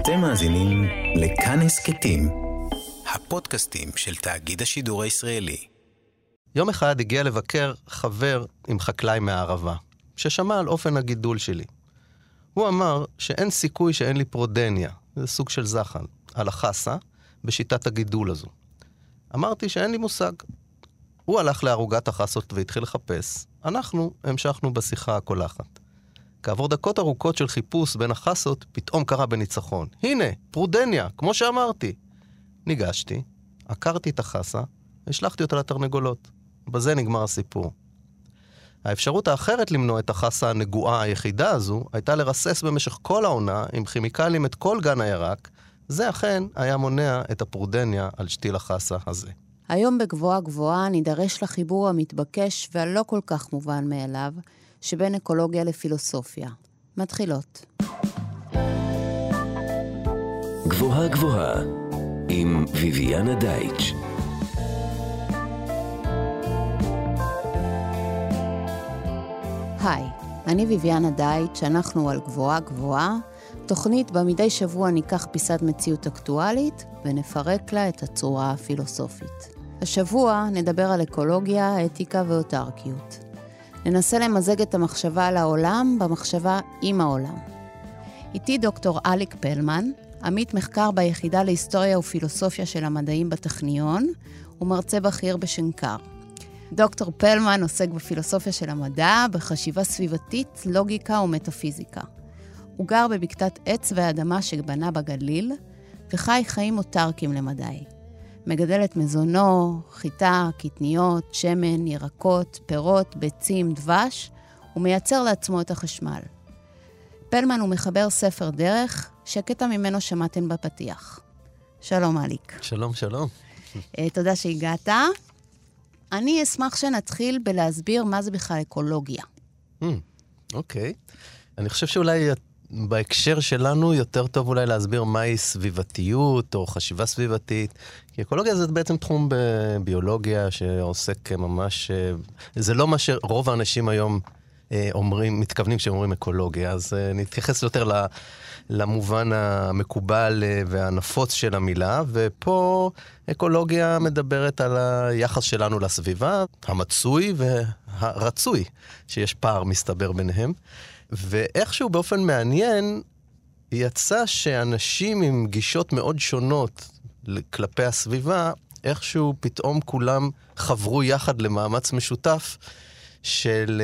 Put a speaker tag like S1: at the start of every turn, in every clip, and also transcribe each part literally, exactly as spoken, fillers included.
S1: אתם מאזינים לכאן הסכתים, הפודקאסטים של תאגיד השידור הישראלי.
S2: יום אחד הגיע לבקר חבר עם חקלאי מהערבה, ששמע על אופן הגידול שלי. הוא אמר שאין סיכוי שאין לי פרודניה, זה סוג של זחל, על החסה, בשיטת הגידול הזו. אמרתי שאין לי מושג. הוא הלך לערוגת החסות והתחיל לחפש. אנחנו המשכנו בשיחה הקולחת. כעבור דקות ארוכות של חיפוש בין החסות, פתאום קרה בניצחון. הנה, פרודניה, כמו שאמרתי. ניגשתי, עקרתי את החסה, והשלחתי אותה לתרנגולות. בזה נגמר הסיפור. האפשרות האחרת למנוע את החסה הנגועה היחידה הזו, הייתה לרסס במשך כל העונה עם כימיקלים את כל גן הירק. זה אכן היה מונע את הפרודניה על שתיל החסה הזה.
S3: היום בגבוהה גבוהה נידרש לחיבור המתבקש והלא כל כך מובן מאליו, שבין אקולוגיה לפילוסופיה. מתחילות.
S1: גבוהה גבוהה עם ויויאנה דייטש.
S3: היי, אני ויויאנה דייטש, אנחנו על גבוהה גבוהה, תוכנית בה מדי שבוע ניקח פיסת מציאות אקטואלית ונפרק לה את הצורה הפילוסופית. השבוע נדבר על אקולוגיה, אתיקה ואוטרקיות. ננסה למזג את המחשבה על העולם במחשבה עם העולם. איתי דוקטור אליק פלמן, עמית מחקר ביחידה להיסטוריה ופילוסופיה של המדעים בטכניון, ומרצה בכיר בשנקר. דוקטור פלמן עוסק בפילוסופיה של המדע, בחשיבה סביבתית, לוגיקה ומטאפיזיקה. הוא גר בבקתת עץ והאדמה שבנה בגליל, וחי חיים אוטרקיים למדעי. מגדל את מזונו, חיטה, קטניות, שמן, ירקות, פירות, ביצים, דבש, ומייצר לעצמו את החשמל. פלמן הוא מחבר ספר דרך, שקטע ממנו שמעתם בפתיח. שלום אליק.
S2: שלום, שלום.
S3: תודה שהגעת. אני אשמח שנתחיל בלהסביר מה זה בכלל אקולוגיה.
S2: אוקיי. אני חושב שאולי בהקשר שלנו יותר טוב אולי להסביר מהי סביבתיות או חשיבה סביבתית, כי אקולוגיה זה בעצם תחום בביולוגיה שעוסק ממש, זה לא מה שרוב האנשים היום אומרים, מתכוונים שאומרים אקולוגיה, אז נתייחס יותר למובן המקובל והנפוץ של המילה, ופה אקולוגיה מדברת על היחס שלנו לסביבה, המצוי והרצוי, שיש פער מסתבר ביניהם. ואיכשהו באופן מעניין, יצא שאנשים עם גישות מאוד שונות כלפי הסביבה, איכשהו פתאום כולם חברו יחד למאמץ משותף של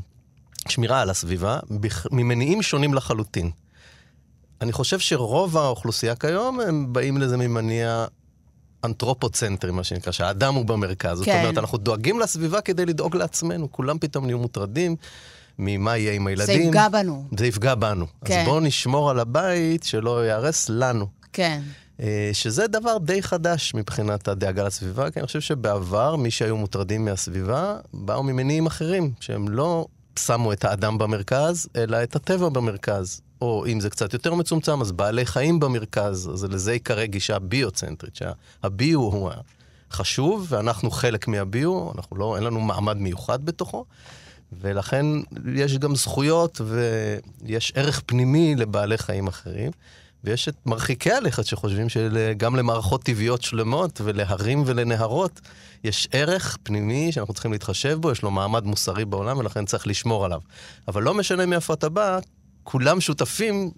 S2: שמירה על הסביבה, ממניעים שונים לחלוטין. אני חושב שרוב האוכלוסייה כיום, הם באים לזה ממניע אנתרופוצנטרי, מה שנקרא, שהאדם הוא במרכז. כן. זאת אומרת, אנחנו דואגים לסביבה כדי לדאוג לעצמנו, כולם פתאום נהיו מוטרדים, ממה יהיה עם הילדים.
S3: זה יפגע בנו.
S2: זה יפגע בנו. כן. אז בואו נשמור על הבית שלא יהרס לנו.
S3: כן.
S2: שזה דבר די חדש מבחינת הדאגה לסביבה, כי אני חושב שבעבר מי שהיו מוטרדים מהסביבה, באו ממניעים אחרים, שהם לא שמו את האדם במרכז, אלא את הטבע במרכז. או אם זה קצת יותר מצומצם, אז בעלי חיים במרכז, אז לזה יקרא גישה ביוצנטרית, שהביו הוא חשוב, ואנחנו חלק מהביו, אנחנו לא, אין לנו מעמד מיוחד בתוכו, ולכן יש גם זכויות ויש ערך פנימי לבעלי חיים אחרים, ויש את מרחיקי הלכת שחושבים שגם למערכות טבעיות שלמות ולהרים ולנהרות יש ערך פנימי שאנחנו צריכים להתחשב בו, יש לו מעמד מוסרי בעולם ולכן צריך לשמור עליו. אבל לא משנה מאיפה אתה בא, כולם שותפים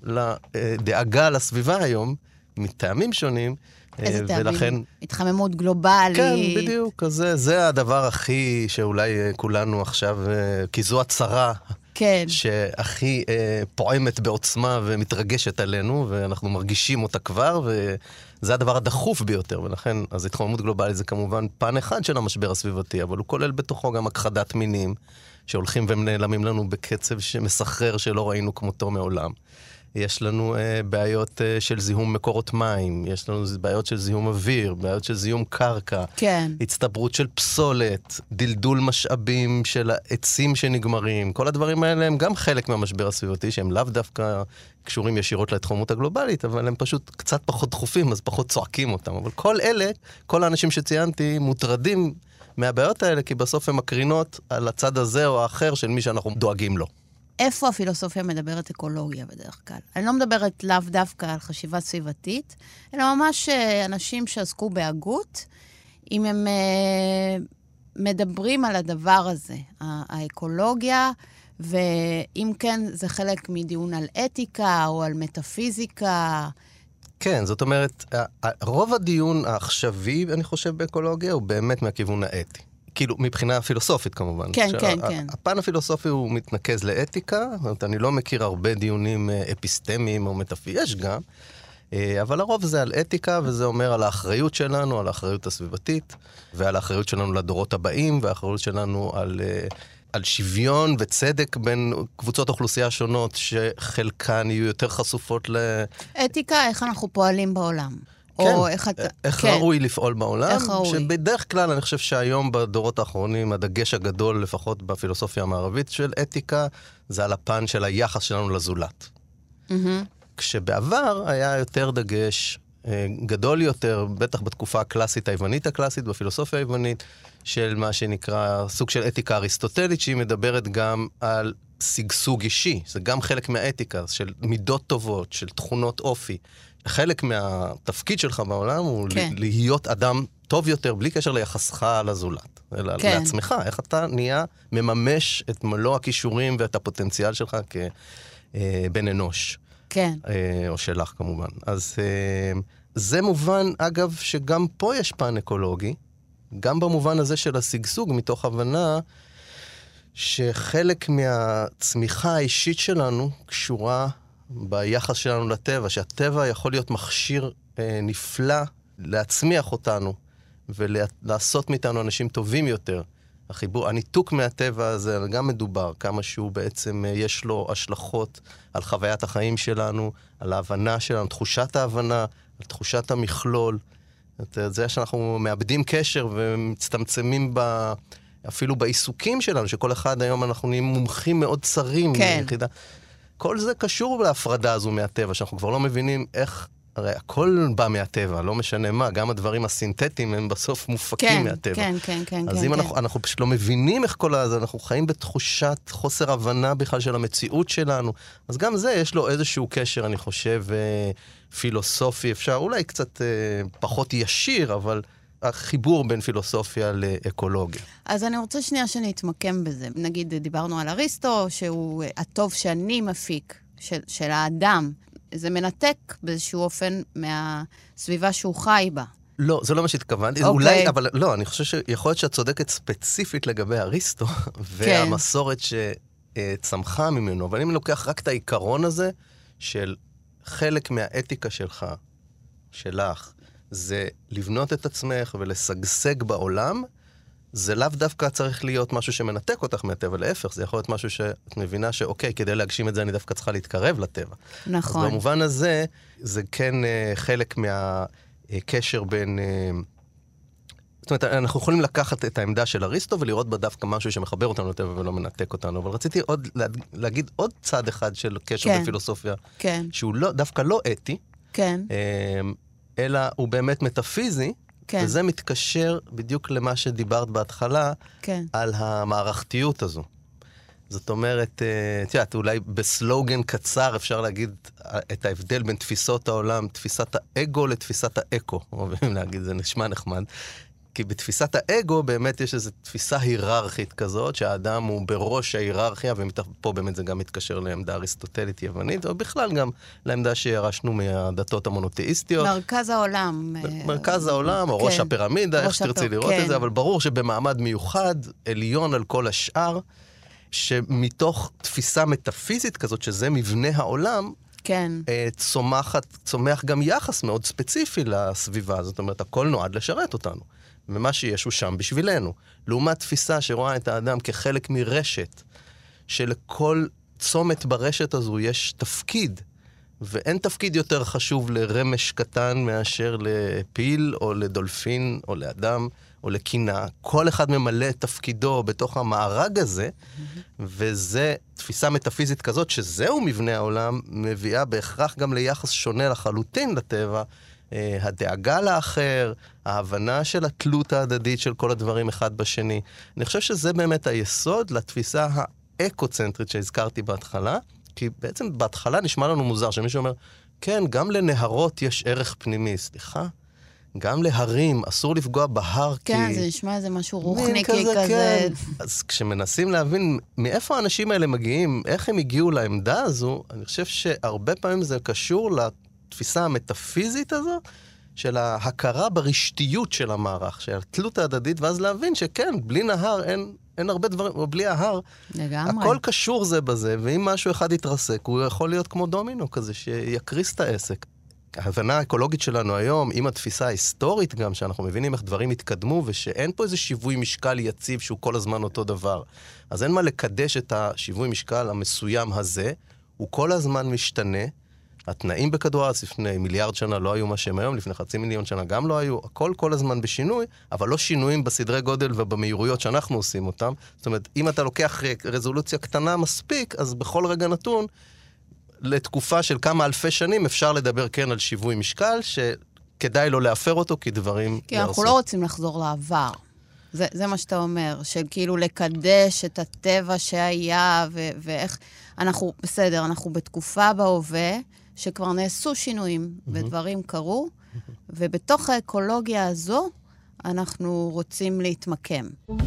S2: לדאגה לסביבה היום, מטעמים שונים,
S3: איזה טעמים? התחממות גלובלית.
S2: כן, בדיוק. זה, זה הדבר הכי שאולי כולנו עכשיו, כי זו הצרה
S3: כן.
S2: שהכי אה, פועמת בעוצמה ומתרגשת עלינו, ואנחנו מרגישים אותה כבר, וזה הדבר הדחוף ביותר, ולכן, אז התחממות גלובלית זה כמובן פן אחד של המשבר הסביבתי, אבל הוא כולל בתוכו גם הכחדת מינים, שהולכים ונעלמים לנו בקצב שמסחרר שלא ראינו כמותו מעולם. יש לנו אה, בעיות אה, של זיהום מקורות מים, יש לנו בעיות של זיהום אוויר, בעיות של זיהום קרקע,
S3: כן.
S2: הצטברות של פסולת, דלדול משאבים של העצים שנגמרים, כל הדברים האלה הם גם חלק מהמשבר הסביבתי, שהם לאו דווקא קשורים ישירות להתחממות הגלובלית, אבל הם פשוט קצת פחות דחופים, אז פחות צועקים אותם. אבל כל אלה, כל האנשים שציינתי, מוטרדים מהבעיות האלה, כי בסוף הם מקרינות על הצד הזה או האחר של מי שאנחנו דואגים לו.
S3: איפה הפילוסופיה מדברת אקולוגיה בדרך כלל. אני לא מדברת לאו דווקא על חשיבה סביבתית, אלא ממש אנשים שעסקו בהגות, אם הם מדברים על הדבר הזה, האקולוגיה, ואם כן, זה חלק מדיון על אתיקה או על מטאפיזיקה.
S2: כן, זאת אומרת, רוב הדיון העכשווי, אני חושב, באקולוגיה, הוא באמת מהכיוון האתי. כאילו, מבחינה פילוסופית כמובן.
S3: כן, כן, כן.
S2: הפן הפילוסופי הוא מתנקז לאתיקה, זאת אומרת, אני לא מכיר הרבה דיונים אפיסטמיים או מטאפיזיים, יש גם, אבל הרוב זה על אתיקה, וזה אומר על האחריות שלנו, על האחריות הסביבתית, ועל האחריות שלנו לדורות הבאים, והאחריות שלנו על, על שוויון וצדק בין קבוצות אוכלוסייה שונות, שחלקן יהיו יותר חשופות ל...
S3: אתיקה, איך אנחנו פועלים בעולם.
S2: כן,
S3: או איך, אתה...
S2: איך
S3: כן.
S2: ראוי לפעול בעולם,
S3: איך ראוי.
S2: שבדרך כלל אני חושב שהיום בדורות האחרונים, הדגש הגדול, לפחות בפילוסופיה המערבית של אתיקה, זה על הפן של היחס שלנו לזולת.
S3: Mm-hmm.
S2: כשבעבר היה יותר דגש גדול יותר, בטח בתקופה הקלאסית היוונית הקלאסית, בפילוסופיה היוונית, של מה שנקרא סוג של אתיקה אריסטוטלית, שהיא מדברת גם על סגסוג אישי, זה גם חלק מהאתיקה, של מידות טובות, של תכונות אופי. חלק מהתפקיד שלך בעולם הוא כן. להיות אדם טוב יותר, בלי קשר ליחסך לזולת, אלא כן. לעצמך, איך אתה נהיה מממש את מלוא הכישורים ואת הפוטנציאל שלך כבן אנוש.
S3: כן.
S2: או שלך כמובן. אז זה מובן, אגב, שגם פה יש פן אקולוגי, גם במובן הזה של הסגסוג, מתוך הבנה שחלק מהצמיחה האישית שלנו קשורה ביחס שלנו לטבע, שהטבע יכול להיות מכשיר אה, נפלא להצמיח אותנו, ולעשות מאיתנו אנשים טובים יותר. החיבור, הניתוק מהטבע הזה גם מדובר, כמה שהוא בעצם אה, יש לו השלכות על חוויית החיים שלנו, על ההבנה שלנו, תחושת ההבנה, על תחושת המכלול. את זה שאנחנו מאבדים קשר ומצטמצמים ב... אפילו בעיסוקים שלנו, שכל אחד היום אנחנו נהיים מומחים מאוד צרים.
S3: כן.
S2: ליחידה. כל זה קשור להפרדה הזו מהטבע, שאנחנו כבר לא מבינים איך, הרי הכל בא מהטבע, לא משנה מה, גם הדברים הסינתטיים הם בסוף מופקים
S3: כן,
S2: מהטבע.
S3: כן, כן, כן.
S2: אז
S3: כן,
S2: אם
S3: כן.
S2: אנחנו, אנחנו פשוט לא מבינים איך כל הזה, אנחנו חיים בתחושת חוסר הבנה בכלל של המציאות שלנו, אז גם זה יש לו איזשהו קשר, אני חושב, פילוסופי, אפשר אולי קצת פחות ישיר, אבל החיבור בין פילוסופיה לאקולוגיה.
S3: אז אני רוצה שנייה שנתמקם בזה. נגיד, דיברנו על אריסטו, שהוא הטוב שאני מפיק, של, של האדם. זה מנתק באיזשהו אופן מהסביבה שהוא חי בה.
S2: לא, זה לא מה שהתכוונתי.
S3: אוקיי.
S2: אולי, אבל לא, אני חושב שיכול להיות שאת צודקת ספציפית לגבי אריסטו, והמסורת שצמחה ממנו. אבל אם אני לוקח רק את העיקרון הזה, של חלק מהאתיקה שלך, שלך, זה לבנות את עצמך ולסגסג בעולם, זה לאו דווקא צריך להיות משהו שמנתק אותך מהטבע, להפך, זה יכול להיות משהו שאת מבינה שאוקיי, כדי להגשים את זה אני דווקא צריכה להתקרב לטבע.
S3: נכון.
S2: אז במובן הזה, זה כן uh, חלק מהקשר בין... Uh, זאת אומרת, אנחנו יכולים לקחת את העמדה של אריסטו ולראות בה דווקא משהו שמחבר אותנו לטבע ולא מנתק אותנו, אבל רציתי עוד להגיד עוד צד אחד של קשר
S3: כן.
S2: בפילוסופיה,
S3: כן.
S2: שהוא לא, דווקא לא אתי,
S3: כן.
S2: Uh, אלא הוא באמת מטאפיזי, כן. וזה מתקשר בדיוק למה שדיברת בהתחלה, כן. על המערכתיות הזו. זאת אומרת, את יודעת, אולי בסלוגן קצר אפשר להגיד את ההבדל בין תפיסות העולם, תפיסת האגו לתפיסת האקו. אוהבים להגיד, זה נשמע נחמד. כי בתפיסת האגו באמת יש איזו תפיסה היררכית כזאת, שהאדם הוא בראש ההיררכיה, ופה באמת זה גם מתקשר לעמדה אריסטוטלית יוונית, או בכלל גם לעמדה שירשנו מהדתות המונותאיסטיות.
S3: מרכז העולם.
S2: מרכז העולם, או ראש הפירמידה, איך שתרצי לראות את זה, אבל ברור שבמעמד מיוחד, עליון על כל השאר, שמתוך תפיסה מטאפיזית כזאת, שזה מבנה העולם,
S3: כן.
S2: צומחת, צומח גם יחס מאוד ספציפי לסביבה, זאת אומרת, הכל נועד לשרת אותנו. ומה שיש הוא שם בשבילנו. לעומת תפיסה שרואה את האדם כחלק מרשת, שלכל צומת ברשת הזו יש תפקיד, ואין תפקיד יותר חשוב לרמש קטן מאשר לפיל או לדולפין או לאדם או לקינה. כל אחד ממלא את תפקידו בתוך המארג הזה, mm-hmm. וזה תפיסה מטאפיזית כזאת, שזהו מבנה העולם, מביאה בהכרח גם ליחס שונה לחלוטין לטבע, הדאגה לאחר, ההבנה של התלות ההדדית של כל הדברים אחד בשני. אני חושב שזה באמת היסוד לתפיסה האקו-צנטרית שהזכרתי בהתחלה, כי בעצם בהתחלה נשמע לנו מוזר, שמישהו אומר, כן, גם לנהרות יש ערך פנימי, סליחה? גם להרים, אסור לפגוע בהר, כי...
S3: כן, זה נשמע איזה משהו רוחניקי כזה. כזה.
S2: כן. אז כשמנסים להבין מאיפה האנשים האלה מגיעים, איך הם הגיעו לעמדה הזו, אני חושב שהרבה פעמים זה קשור לתפיסה המטאפיזית הזו, של ההכרה ברשתיות של המערך, של התלות ההדדית, ואז להבין שכן, בלי נהר אין, אין הרבה דברים, או בלי ההר,
S3: לגמרי.
S2: הכל קשור זה בזה, ואם משהו אחד יתרסק, הוא יכול להיות כמו דומינו כזה, שיקריס את העסק. ההבנה האקולוגית שלנו היום, עם התפיסה ההיסטורית גם, שאנחנו מבינים איך דברים התקדמו, ושאין פה איזה שיווי משקל יציב שהוא כל הזמן אותו דבר. אז אין מה לקדש את השיווי משקל המסוים הזה, הוא כל הזמן משתנה, התנאים בכדור הארץ לפני מיליארד שנה לא היו מה שהם היום, לפני חצי מיליון שנה גם לא היו, הכל כל הזמן בשינוי, אבל לא שינויים בסדרי גודל ובמהירויות שאנחנו עושים אותם. זאת אומרת, אם אתה לוקח רזולוציה קטנה מספיק, אז בכל רגע נתון, לתקופה של כמה אלפי שנים, אפשר לדבר כן על שיווי משקל, שכדאי לא להפר אותו, כי דברים...
S3: כי אנחנו לא רוצים לחזור לעבר. זה, זה מה שאתה אומר, של כאילו לקדש את הטבע שהיה, ו- ואיך... אנחנו, בסדר, אנחנו בתקופה בהווה, שכבר נעשו שינויים, mm-hmm. ודברים קרו, mm-hmm. ובתוך האקולוגיה הזו, אנחנו רוצים להתמקם.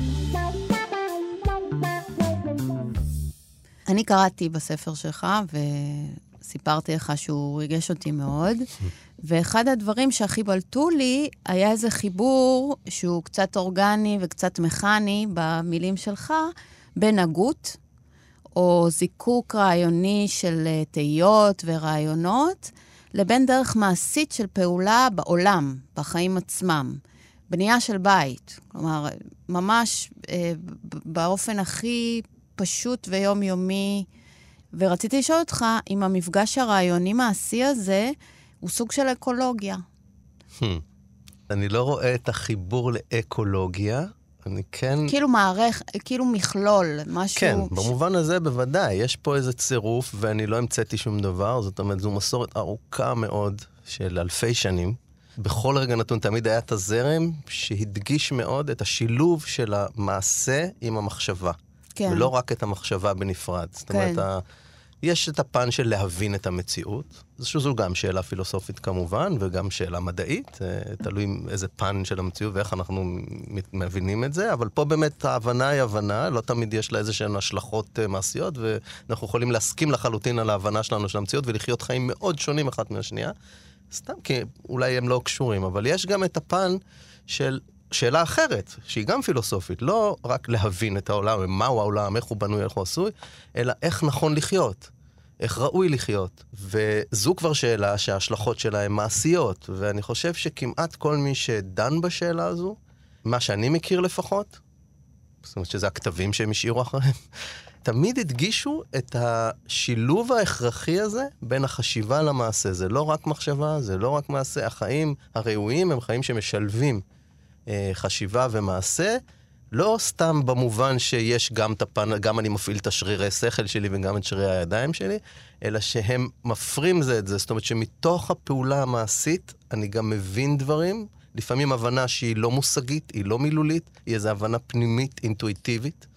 S3: אני קראתי בספר שלך, וסיפרתי לך שהוא ריגש אותי מאוד, ואחד הדברים שהכי בלטו לי, היה איזה חיבור שהוא קצת אורגני וקצת מכני במילים שלך, בין הגות, או זיקוק רעיוני של תהיות ורעיונות, לבין דרך מעשית של פעולה בעולם, בחיים עצמם. בנייה של בית. כלומר, ממש אה, באופן הכי פשוט ויומיומי. ורציתי לשאול אותך, אם המפגש הרעיוני מעשי הזה, הוא סוג של אקולוגיה.
S2: אני לא רואה את החיבור לאקולוגיה, אני כן...
S3: כאילו מערך, כאילו מכלול, משהו...
S2: כן, במובן הזה בוודאי, יש פה איזה צירוף, ואני לא המצאתי שום דבר, זאת אומרת, זו מסורת ארוכה מאוד של אלפי שנים. בכל רגע נתון תמיד היה את הזרם שהדגיש מאוד את השילוב של המעשה עם המחשבה.
S3: כן.
S2: ולא רק את המחשבה בנפרד. זאת
S3: כן.
S2: אומרת, ה... יש את הפן של להבין את המציאות, זו גם שאלה פילוסופית כמובן, וגם שאלה מדעית, תלוי איזה פן של המציאות ואיך אנחנו מבינים את זה, אבל פה באמת ההבנה היא הבנה, לא תמיד יש לה איזשהן השלכות מעשיות, ואנחנו יכולים להסכים לחלוטין על ההבנה שלנו של המציאות, ולחיות חיים מאוד שונים אחת מהשנייה, סתם כי אולי הם לא קשורים, אבל יש גם את הפן של שאלה אחרת, שהיא גם פילוסופית, לא רק להבין את העולם, מהו העולם, איך הוא בנוי, איך הוא עשוי, אלא איך נכון לחיות. איך ראוי לחיות. וזו כבר שאלה שההשלכות שלה הן מעשיות, ואני חושב שכמעט כל מי שדן בשאלה הזו, מה שאני מכיר לפחות, זאת אומרת שזה הכתבים שהם השאירו אחריהם, תמיד הדגישו את השילוב ההכרחי הזה בין החשיבה למעשה. זה לא רק מחשבה, זה לא רק מעשה. החיים הראויים הם חיים שמשלבים אה, חשיבה ומעשה, לא סתם במובן שיש גם את הפן, גם אני מפעיל את השרירי שכל שלי וגם את שרירי הידיים שלי, אלא שהם מפרים זה את זה. זאת אומרת שמתוך הפעולה המעשית אני גם מבין דברים, לפעמים הבנה שהיא לא מושגית, היא לא מילולית, היא איזו הבנה פנימית, אינטואיטיבית.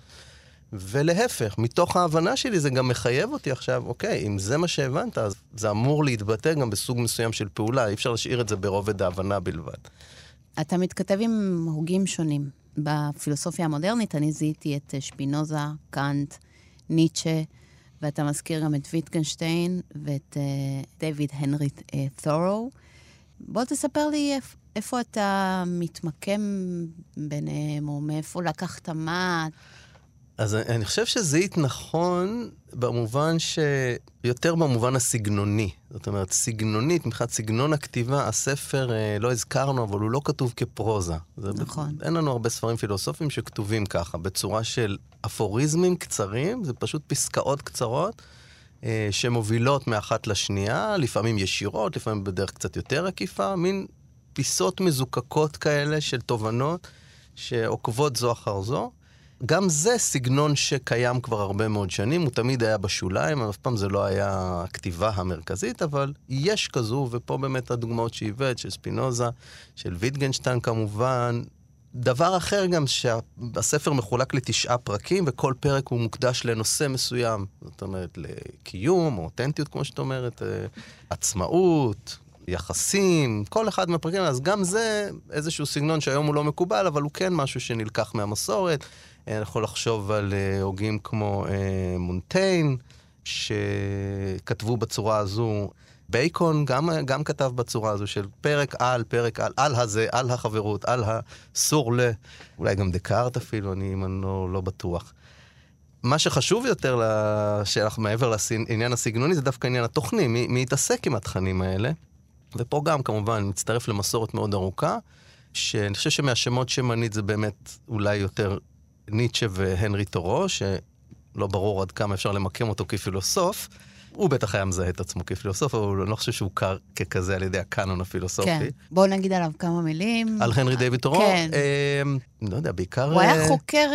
S2: ולהפך, מתוך ההבנה שלי זה גם מחייב אותי עכשיו, אוקיי, אם זה מה שהבנת, אז זה אמור להתבטא גם בסוג מסוים של פעולה, אי אפשר להשאיר את זה ברובד ההבנה בלבד. אתה
S3: מתכתב עם הוגים שונים. בפילוסופיה המודרנית אני זיהיתי את שפינוזה, קאנט, ניטשה, ואתה מזכיר גם את ויטקנשטיין ואת uh, דיוויד הנרי uh, תורו. בוא תספר לי איפ, איפה אתה מתמקם ביניהם, או מאיפה לקחת מה...
S2: אז אני חושב שזיהית נכון במובן שיותר במובן הסגנוני. זאת אומרת, סגנונית, מבחינת סגנון הכתיבה, הספר לא הזכרנו, אבל הוא לא כתוב כפרוזה.
S3: נכון.
S2: אין לנו הרבה ספרים פילוסופיים שכתובים ככה, בצורה של אפוריזמים קצרים, זה פשוט פסקאות קצרות, שמובילות מאחת לשנייה, לפעמים ישירות, לפעמים בדרך קצת יותר עקיפה, מין פיסות מזוקקות כאלה של תובנות שעוקבות זו אחר זו. גם זה סגנון שקיים כבר הרבה מאוד שנים, הוא תמיד היה בשוליים, אף פעם זה לא היה הכתיבה המרכזית, אבל יש כזו, ופה באמת הדוגמאות שהבאת, של ספינוזה, של ויטגנשטיין כמובן, דבר אחר גם שהספר מחולק לתשעה פרקים, וכל פרק הוא מוקדש לנושא מסוים. זאת אומרת, לקיום, אותנטיות, כמו שאת אומרת, עצמאות, יחסים, כל אחד מהפרקים. אז גם זה איזשהו סגנון שהיום הוא לא מקובל, אבל הוא כן משהו שנלקח מהמסורת. אני יכול לחשוב על הוגים כמו מונטיין, שכתבו בצורה הזו. בייקון גם, גם כתב בצורה הזו של פרק על, פרק על, על הזה, על החברות, על הסור ל... אולי גם דקארט אפילו, אני לא, לא בטוח. מה שחשוב יותר לשאלה, מעבר לעניין הסגנוני, זה דווקא עניין התוכני, מי, מי יתעסק עם התכנים האלה. ופה גם, כמובן, מצטרף למסורת מאוד ארוכה, שאני חושב שמהשמות שמנית זה באמת אולי יותר ניטשה והנרי תורו, שלא ברור עד כמה אפשר למקם אותו כפילוסוף. הוא בטח היה מזהה את עצמו כפילוסוף, אבל אני לא חושב שהוא קר ככזה על ידי הקאנון הפילוסופי.
S3: כן, בואו נגיד עליו כמה מילים.
S2: על הנרי דיוויד תורו?
S3: כן.
S2: אה, לא יודע, בעיקר...
S3: הוא היה חוקר,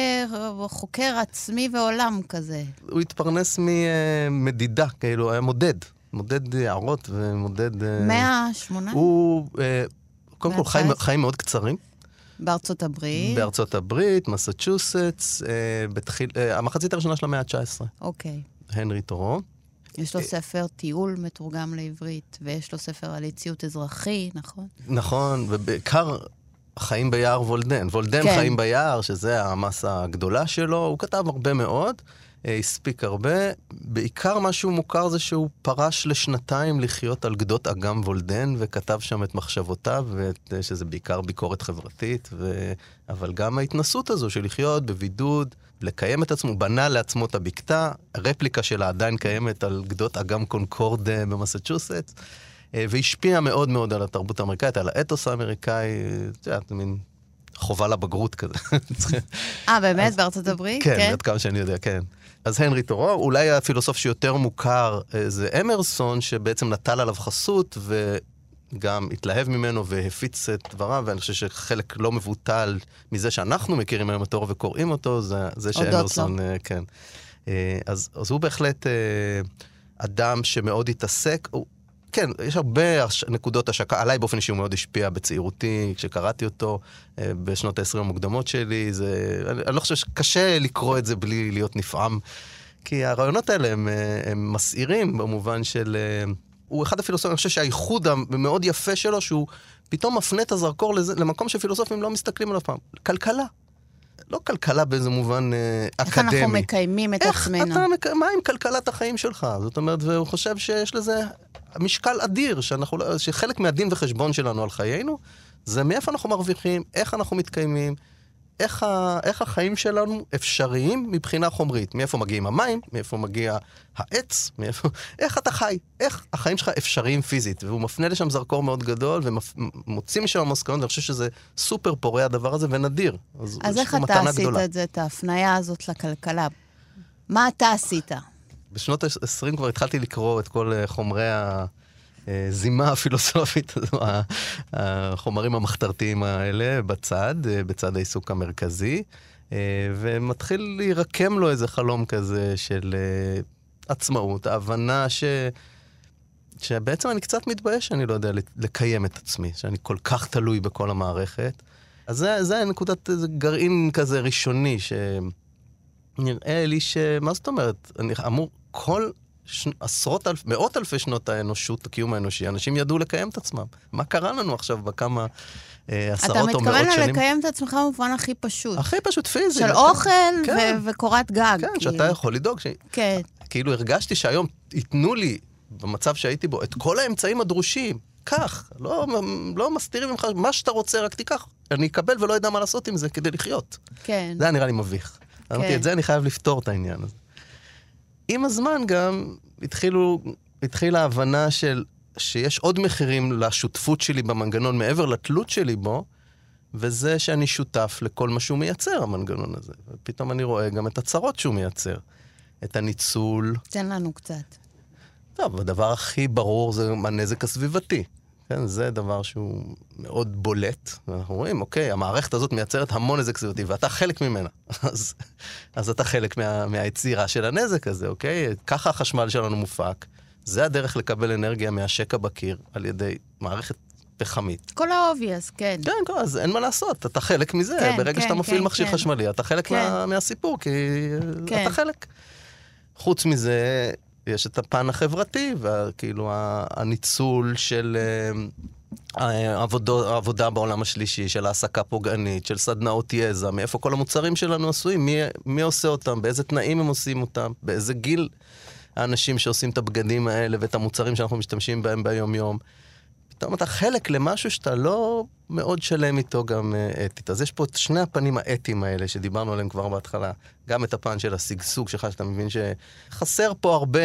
S3: חוקר עצמי ועולם כזה.
S2: הוא התפרנס ממדידה, כאילו, היה מודד. מודד הערות ומודד...
S3: מאה שמונה?
S2: הוא, קודם כל, חיים, חיים מאוד קצרים.
S3: בארצות הברית?
S2: בארצות הברית, מסצ'וסטס, בתחיל... המחצית הראשונה של המאה ה-תשע עשרה.
S3: אוקיי.
S2: הנרי תורו.
S3: יש לו ספר טיול מתורגם לעברית, ויש לו ספר על יציאות אזרחי, נכון?
S2: נכון, ובעיקר חיים ביער וולדן. וולדן כן. חיים ביער, שזה המסה הגדולה שלו, הוא כתב הרבה מאוד, הספיק הרבה. בעיקר משהו מוכר זה שהוא פרש לשנתיים לחיות על גדות אגם וולדן, וכתב שם את מחשבותיו, שזה בעיקר ביקורת חברתית, ו... אבל גם ההתנסות הזו של לחיות בבידוד, לקיים את עצמו, בנה לעצמו את הבקתה, הרפליקה שלה עדיין קיימת על גדות אגם קונקורד במסצ'וסטס, והשפיע מאוד מאוד על התרבות האמריקאית, על האתוס האמריקאי, זה היה מין חובה לבגרות כזה.
S3: אה, באמת? בארצות הברית?
S2: כן, עד כמה שאני יודע, כן. אז הנרי תורו, אולי הפילוסוף שיותר מוכר זה אמרסון, שבעצם נטל עליו חסות, וגם התלהב ממנו והפיץ את דבריו, ואני חושב שחלק לא מבוטל מזה שאנחנו מכירים היום את תורו וקוראים אותו, זה, זה שאמרסון, כן. אז, אז הוא בהחלט אדם שמאוד התעסק, הוא, כן, יש הרבה נקודות השקה, עליי באופן שהוא מאוד השפיע בצעירותי, כשקראתי אותו בשנות ה-עשרים המוקדמות שלי, זה, אני, אני לא חושב שקשה לקרוא את זה בלי להיות נפעם, כי הרעיונות האלה הם, הם מסעירים במובן של, הוא אחד הפילוסופים, אני חושב שהייחוד המאוד יפה שלו, שהוא פתאום מפנה את הזרקור לזה, למקום שפילוסופים לא מסתכלים עליו פעם, כלכלה. לא כלכלה באיזה מובן אה,
S3: איך
S2: אקדמי.
S3: איך אנחנו מקיימים את
S2: איך
S3: עצמנו?
S2: אתה, מה עם כלכלת החיים שלך? זאת אומרת, והוא חושב שיש לזה משקל אדיר, שאנחנו, שחלק מהדין וחשבון שלנו על חיינו, זה מאיפה אנחנו מרוויחים, איך אנחנו מתקיימים, איך, ה, איך החיים שלנו אפשריים מבחינה חומרית. מאיפה מגיעים המים, מאיפה מגיע העץ, מאיפה, איך אתה חי, איך החיים שלך אפשריים פיזית. והוא מפנה לשם זרקור מאוד גדול, ומוציא משם מסקנות, ואני חושב שזה סופר פורה הדבר הזה, ונדיר. אז,
S3: אז איך אתה עשית גדולה. את זה, את ההפניה הזאת לכלכלה? מה אתה עשית?
S2: בשנות ה-עשרים כבר התחלתי לקרוא את כל חומרי הזימה הפילוסופית, החומרים המחתרתיים האלה בצד, בצד העיסוק המרכזי, ומתחיל להירקם לו איזה חלום כזה של עצמאות, ההבנה ש... שבעצם אני קצת מתבייש שאני לא יודע לקיים את עצמי, שאני כל כך תלוי בכל המערכת. אז זה, זה נקודת איזה גרעין כזה ראשוני, שנראה לי ש... מה זאת אומרת? אני אמור כל... ש... עשרות אלף, מאות אלפי שנות האנושות, הקיום האנושי, אנשים ידעו לקיים את עצמם. מה קרה לנו עכשיו בכמה אה, עשרות או מאות שנים?
S3: אתה מתכוון לקיים את עצמך במובן הכי פשוט.
S2: הכי פשוט פיזי.
S3: של אוכל כן. ו- וקורת גג.
S2: כן, כאילו. שאתה יכול לדאוג. ש...
S3: כן.
S2: כאילו הרגשתי שהיום ייתנו לי, במצב שהייתי בו, את כל האמצעים הדרושים. כך, לא, לא מסתירים ממך, מה שאתה רוצה, רק תיקח. אני אקבל ולא יודע מה לעשות עם זה כדי לחיות.
S3: כן.
S2: זה נראה לי מביך. כן. אמרתי, את זה אני חייב לפתור את העניין הזה. עם הזמן גם התחילו, התחילה ההבנה של, שיש עוד מחירים לשותפות שלי במנגנון מעבר לתלות שלי בו, וזה שאני שותף לכל מה שהוא מייצר, המנגנון הזה. ופתאום אני רואה גם את הצרות שהוא מייצר. את הניצול.
S3: תן לנו קצת.
S2: טוב, הדבר הכי ברור זה הנזק הסביבתי. כן, זה דבר שהוא מאוד בולט. ואנחנו רואים, אוקיי, המערכת הזאת מייצרת המון נזק סביבתי, ואתה חלק ממנה. אז, אז אתה חלק מה, מהיצירה של הנזק הזה, אוקיי? ככה החשמל שלנו מופק. זה הדרך לקבל אנרגיה מהשקע בקיר, על ידי מערכת פחמית.
S3: כל האובייס, כן.
S2: כן, כן, אז אין מה לעשות, אתה חלק מזה.
S3: כן,
S2: ברגע
S3: כן,
S2: שאתה מפעיל
S3: כן,
S2: מכשיר
S3: כן.
S2: חשמלי, אתה חלק
S3: כן.
S2: מה, מהסיפור, כי
S3: כן.
S2: אתה חלק. חוץ מזה, יש את הפן החברתי, וכאילו הניצול של העבודה, העבודה בעולם השלישי, של העסקה פוגענית, של סדנאות יזע, מאיפה כל המוצרים שלנו עשויים, מי, מי עושה אותם, באיזה תנאים הם עושים אותם, באיזה גיל האנשים שעושים את הבגדים האלה ואת המוצרים שאנחנו משתמשים בהם ביום-יום. פתאום אתה חלק למשהו שאתה לא מאוד שלם איתו גם אתית. אז יש פה את שני הפנים האתיים האלה שדיברנו עליהם כבר בהתחלה. גם את הפן של הסגסוג שלך, שאתה מבין שחסר פה הרבה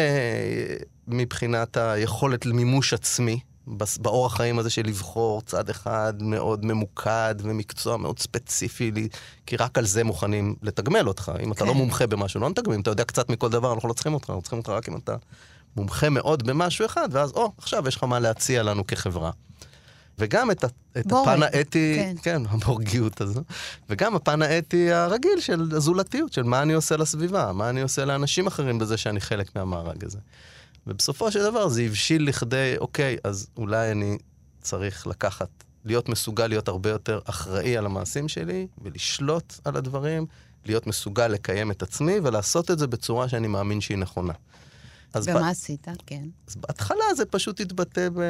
S2: מבחינת היכולת למימוש עצמי, באורח חיים הזה של לבחור צד אחד מאוד ממוקד ומקצוע מאוד ספציפי, כי רק על זה מוכנים לתגמל אותך. אם אתה לא מומחה במשהו, לא נתגמים. אתה יודע קצת מכל דבר, אנחנו לא צריכים אותך, אנחנו צריכים אותך רק אם אתה מומחה מאוד במשהו אחד, ואז, או, עכשיו יש לך מה להציע לנו כחברה. וגם את, את הפן האתי, כן. כן, הבורגיות הזו, וגם הפן האתי הרגיל של הזולתיות, של מה אני עושה לסביבה, מה אני עושה לאנשים אחרים בזה שאני חלק מהמארג הזה. ובסופו של דבר זה הבשיל לכדי, אוקיי, אז אולי אני צריך לקחת, להיות מסוגל להיות הרבה יותר אחראי על המעשים שלי, ולשלוט על הדברים, להיות מסוגל לקיים את עצמי, ולעשות את זה בצורה שאני מאמין שהיא נכונה.
S3: ומה עשית? כן.
S2: אז בהתחלה זה פשוט התבטא ב...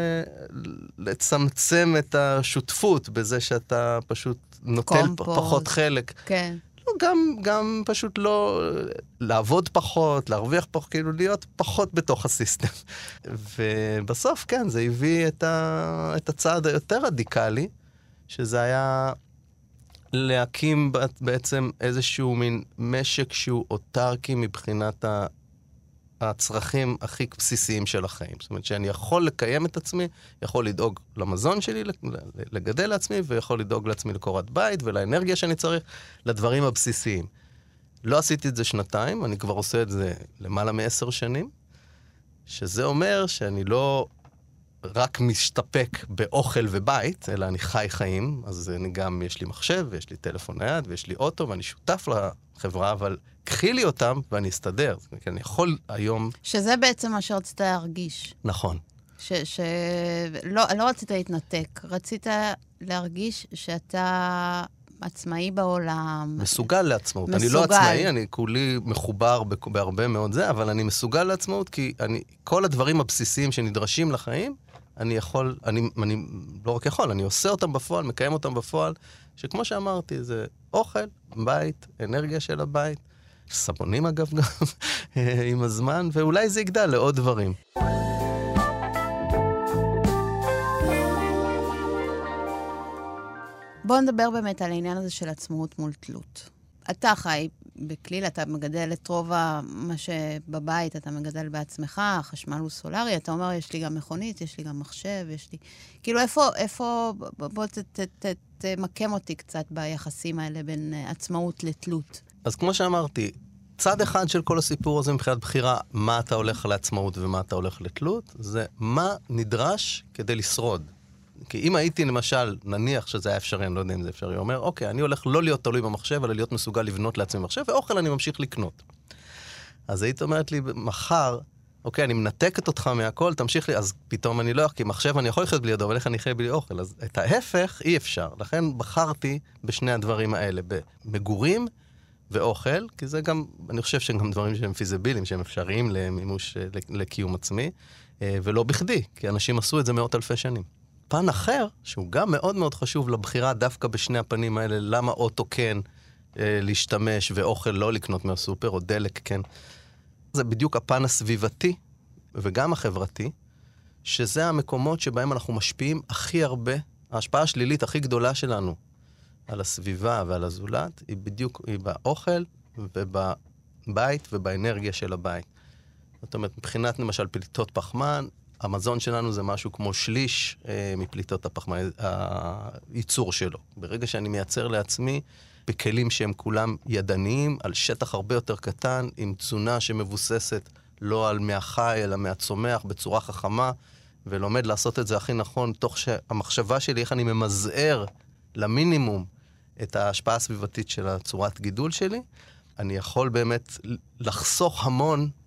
S2: לצמצם את השותפות, בזה שאתה פשוט נוטל פחות חלק.
S3: כן.
S2: גם, גם פשוט לא לעבוד פחות, להרוויח פחות, כאילו להיות פחות בתוך הסיסטם. ובסוף, כן, זה הביא את, ה, את הצעד היותר רדיקלי, שזה היה להקים בעצם איזשהו מין משק שהוא אוטרקי מבחינת ה... הצרכים הכי בסיסיים של החיים. זאת אומרת שאני יכול לקיים את עצמי, יכול לדאוג למזון שלי, לגדל לעצמי, ויכול לדאוג לעצמי לקורת בית ולאנרגיה שאני צריך, לדברים הבסיסיים. לא עשיתי את זה שנתיים, אני כבר עושה את זה למעלה מעשר שנים, שזה אומר שאני לא רק משתפק באוכל ובית, אלא אני חי חיים, אז אני גם, יש לי מחשב, ויש לי טלפון נייד, ויש לי אוטו, ואני שותף לחברה, אבל קחי לי אותם, ואני אסתדר. כי אני יכול היום...
S3: שזה בעצם מה שרצית להרגיש.
S2: נכון.
S3: ש... ש... לא, לא רצית להתנתק, רצית להרגיש שאתה עצמאי בעולם.
S2: מסוגל לעצמאות.
S3: מסוגל.
S2: אני לא עצמאי, אני כולי מחובר בהרבה מאוד זה, אבל אני מסוגל לעצמאות, כי אני, כל הדברים הבסיסיים שנדרשים לחיים, אני יכול, אני, אני לא רק יכול, אני עושה אותם בפועל, מקיים אותם בפועל, שכמו שאמרתי, זה אוכל, בית, אנרגיה של הבית, סבונים אגב גם, עם הזמן, ואולי זה יגדל לעוד דברים.
S3: בואו נדבר באמת על העניין הזה של עצמאות מול תלות. אתה חי בכליל, אתה מגדל את רוב מה שבבית, אתה מגדל בעצמך, החשמל הוא סולרי, אתה אומר, יש לי גם מכונית, יש לי גם מחשב, יש לי... כאילו, איפה, איפה, בוא ת, ת, ת, תמקם אותי קצת ביחסים האלה בין עצמאות לתלות.
S2: אז כמו שאמרתי, צד אחד של כל הסיפור הזה מבחינת בחירה, מה אתה הולך לעצמאות ומה אתה הולך לתלות, זה מה נדרש כדי לשרוד. כי אם הייתי למשל, נניח שזה היה אפשרי, אני לא יודע אם זה אפשרי, אומר, אוקיי, אני הולך לא להיות תלוי במחשב, אלא להיות מסוגל לבנות לעצמי מחשב, ואוכל אני ממשיך לקנות. אז היית אומרת לי, מחר, אוקיי, אני מנתקת אותך מהכל, תמשיך לי, אז פתאום אני לא, כי מחשב אני יכול לחיות בלי ידו, אבל איך אני חי בלי אוכל? אז את ההפך אי אפשר. לכן בחרתי בשני הדברים האלה, במגורים ואוכל, כי זה גם, אני חושב שהם גם דברים שהם פיזיביליים, שהם אפשריים למימוש, לקיום עצמי, ולא בכדי, כי אנשים עשו את זה מאות אלפי שנים. פן אחר, שהוא גם מאוד מאוד חשוב לבחירה דווקא בשני הפנים האלה, למה אוטו כן אה, להשתמש ואוכל לא לקנות מהסופר, או דלק כן. זה בדיוק הפן הסביבתי וגם החברתי, שזה המקומות שבהם אנחנו משפיעים הכי הרבה, ההשפעה השלילית הכי גדולה שלנו על הסביבה ועל הזולת, היא בדיוק, היא באוכל ובבית ובאנרגיה של הבית. זאת אומרת, מבחינת למשל פליטות פחמן, המזון שלנו זה משהו כמו שליש אה, מפליטות הפחמן, הייצור שלו. ברגע שאני מייצר לעצמי בכלים שהם כולם ידניים, על שטח הרבה יותר קטן, עם תזונה שמבוססת לא על מהחי, אלא מהצומח בצורה חכמה, ולומד לעשות את זה הכי נכון, תוך שהמחשבה שלי, איך אני ממזער למינימום את ההשפעה הסביבתית של הצורת גידול שלי, אני יכול באמת לחסוך המון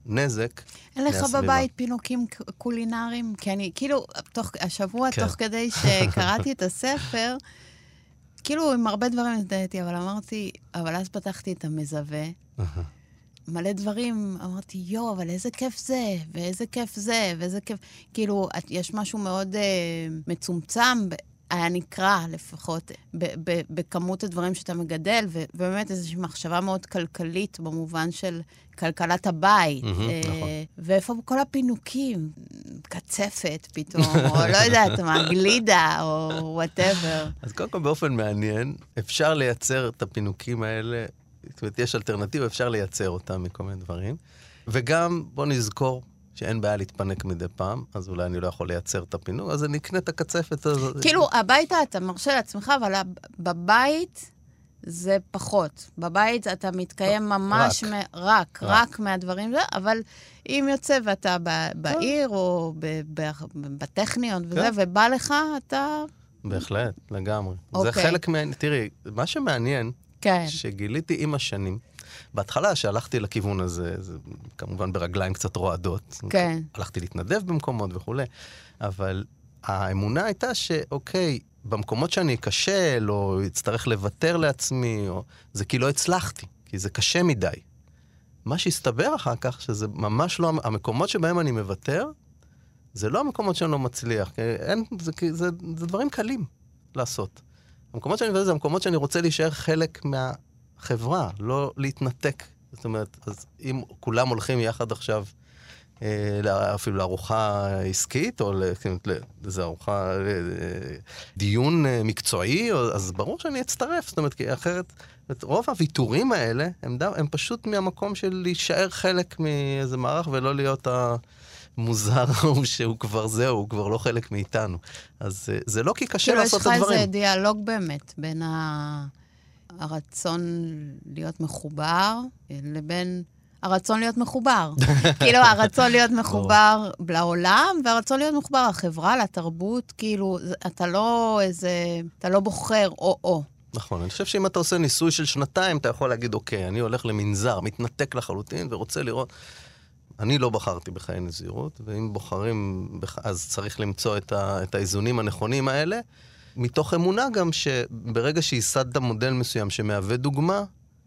S2: נזק.
S3: אין לך בבית פינוקים קולינריים? כי אני, כאילו, תוך, השבוע, כן. תוך כדי שקראתי את הספר, כאילו, עם הרבה דברים הזדהיתי, אבל אמרתי, אבל אז פתחתי את המזווה, מלא דברים, אמרתי, יו, אבל איזה כיף זה, ואיזה כיף זה, ואיזה כיף... כאילו, יש משהו מאוד uh, מצומצם, היה נקרא לפחות, ב- ב- בכמות הדברים שאתה מגדל, ו- ובאמת איזושהי מחשבה מאוד כלכלית, במובן של כלכלת הבית.
S2: Mm-hmm,
S3: uh,
S2: נכון.
S3: ואיפה כל הפינוקים? קצפת פתאום, או לא יודעת, מה, גלידה, או whatever.
S2: אז קודם כל, באופן מעניין, אפשר לייצר את הפינוקים האלה, זאת אומרת, יש אלטרנטיבה, אפשר לייצר אותם מכל מיני דברים. וגם, בוא נזכור שאין בעיה להתפנק מדי פעם, אז אולי אני לא יכול לייצר את הפינוק, אז אני אקנה את הקצפת הזאת.
S3: כאילו, הביתה אתה מרשה לעצמך, אבל בבית זה פחות. בבית אתה מתקיים ממש רק, מ- רק, רק מהדברים זה, אבל אם יוצא ואתה בעיר או בטכניון וזה, ובא לך, אתה...
S2: בהחלט, לגמרי. זה חלק מה... תראי, מה שמעניין,
S3: כן.
S2: שגיליתי עם השנים, בהתחלה שהלכתי לכיוון הזה, זה כמובן ברגליים קצת רועדות,
S3: כן.
S2: הלכתי להתנדב במקומות וכו', אבל האמונה הייתה שאוקיי, במקומות שאני אקשל, או אצטרך לוותר לעצמי, או... זה כי לא הצלחתי, כי זה קשה מדי. מה שהסתבר אחר כך, שזה ממש לא, המקומות שבהם אני מוותר, זה לא המקומות שאני לא מצליח, אין, זה, זה, זה דברים קלים לעשות. המקומות שאני מוותר זה המקומות שאני רוצה להישאר חלק מהחברה, לא להתנתק. זאת אומרת, אז אם כולם הולכים יחד עכשיו, אפילו לארוחה עסקית, או לאיזו ארוחה, דיון מקצועי, אז ברור שאני אצטרף. זאת אומרת, כי אחרת, רוב הוויתורים האלה, הם, הם פשוט מהמקום של להישאר חלק מאיזה מערך, ולא להיות המוזר שהוא כבר זהו, הוא כבר לא חלק מאיתנו. אז זה לא כי קשה לעשות את הדברים.
S3: יש לך איזה דיאלוג באמת, בין הרצון להיות מחובר, לבין... הרצון להיות מחובר. כאילו, הרצון להיות מחובר לעולם, והרצון להיות מחובר לחברה, לתרבות, כאילו, אתה לא איזה, אתה לא בוחר או-או.
S2: נכון, אני חושב שאם אתה עושה ניסוי של שנתיים, אתה יכול להגיד, אוקיי, אני הולך למנזר, מתנתק לחלוטין, ורוצה לראות... אני לא בחרתי בחיי נזירות, ואם בוחרים, אז צריך למצוא את, ה... את האיזונים הנכונים האלה, מתוך אמונה גם שברגע שיסדת מודל מסוים שמהווה דוגמה,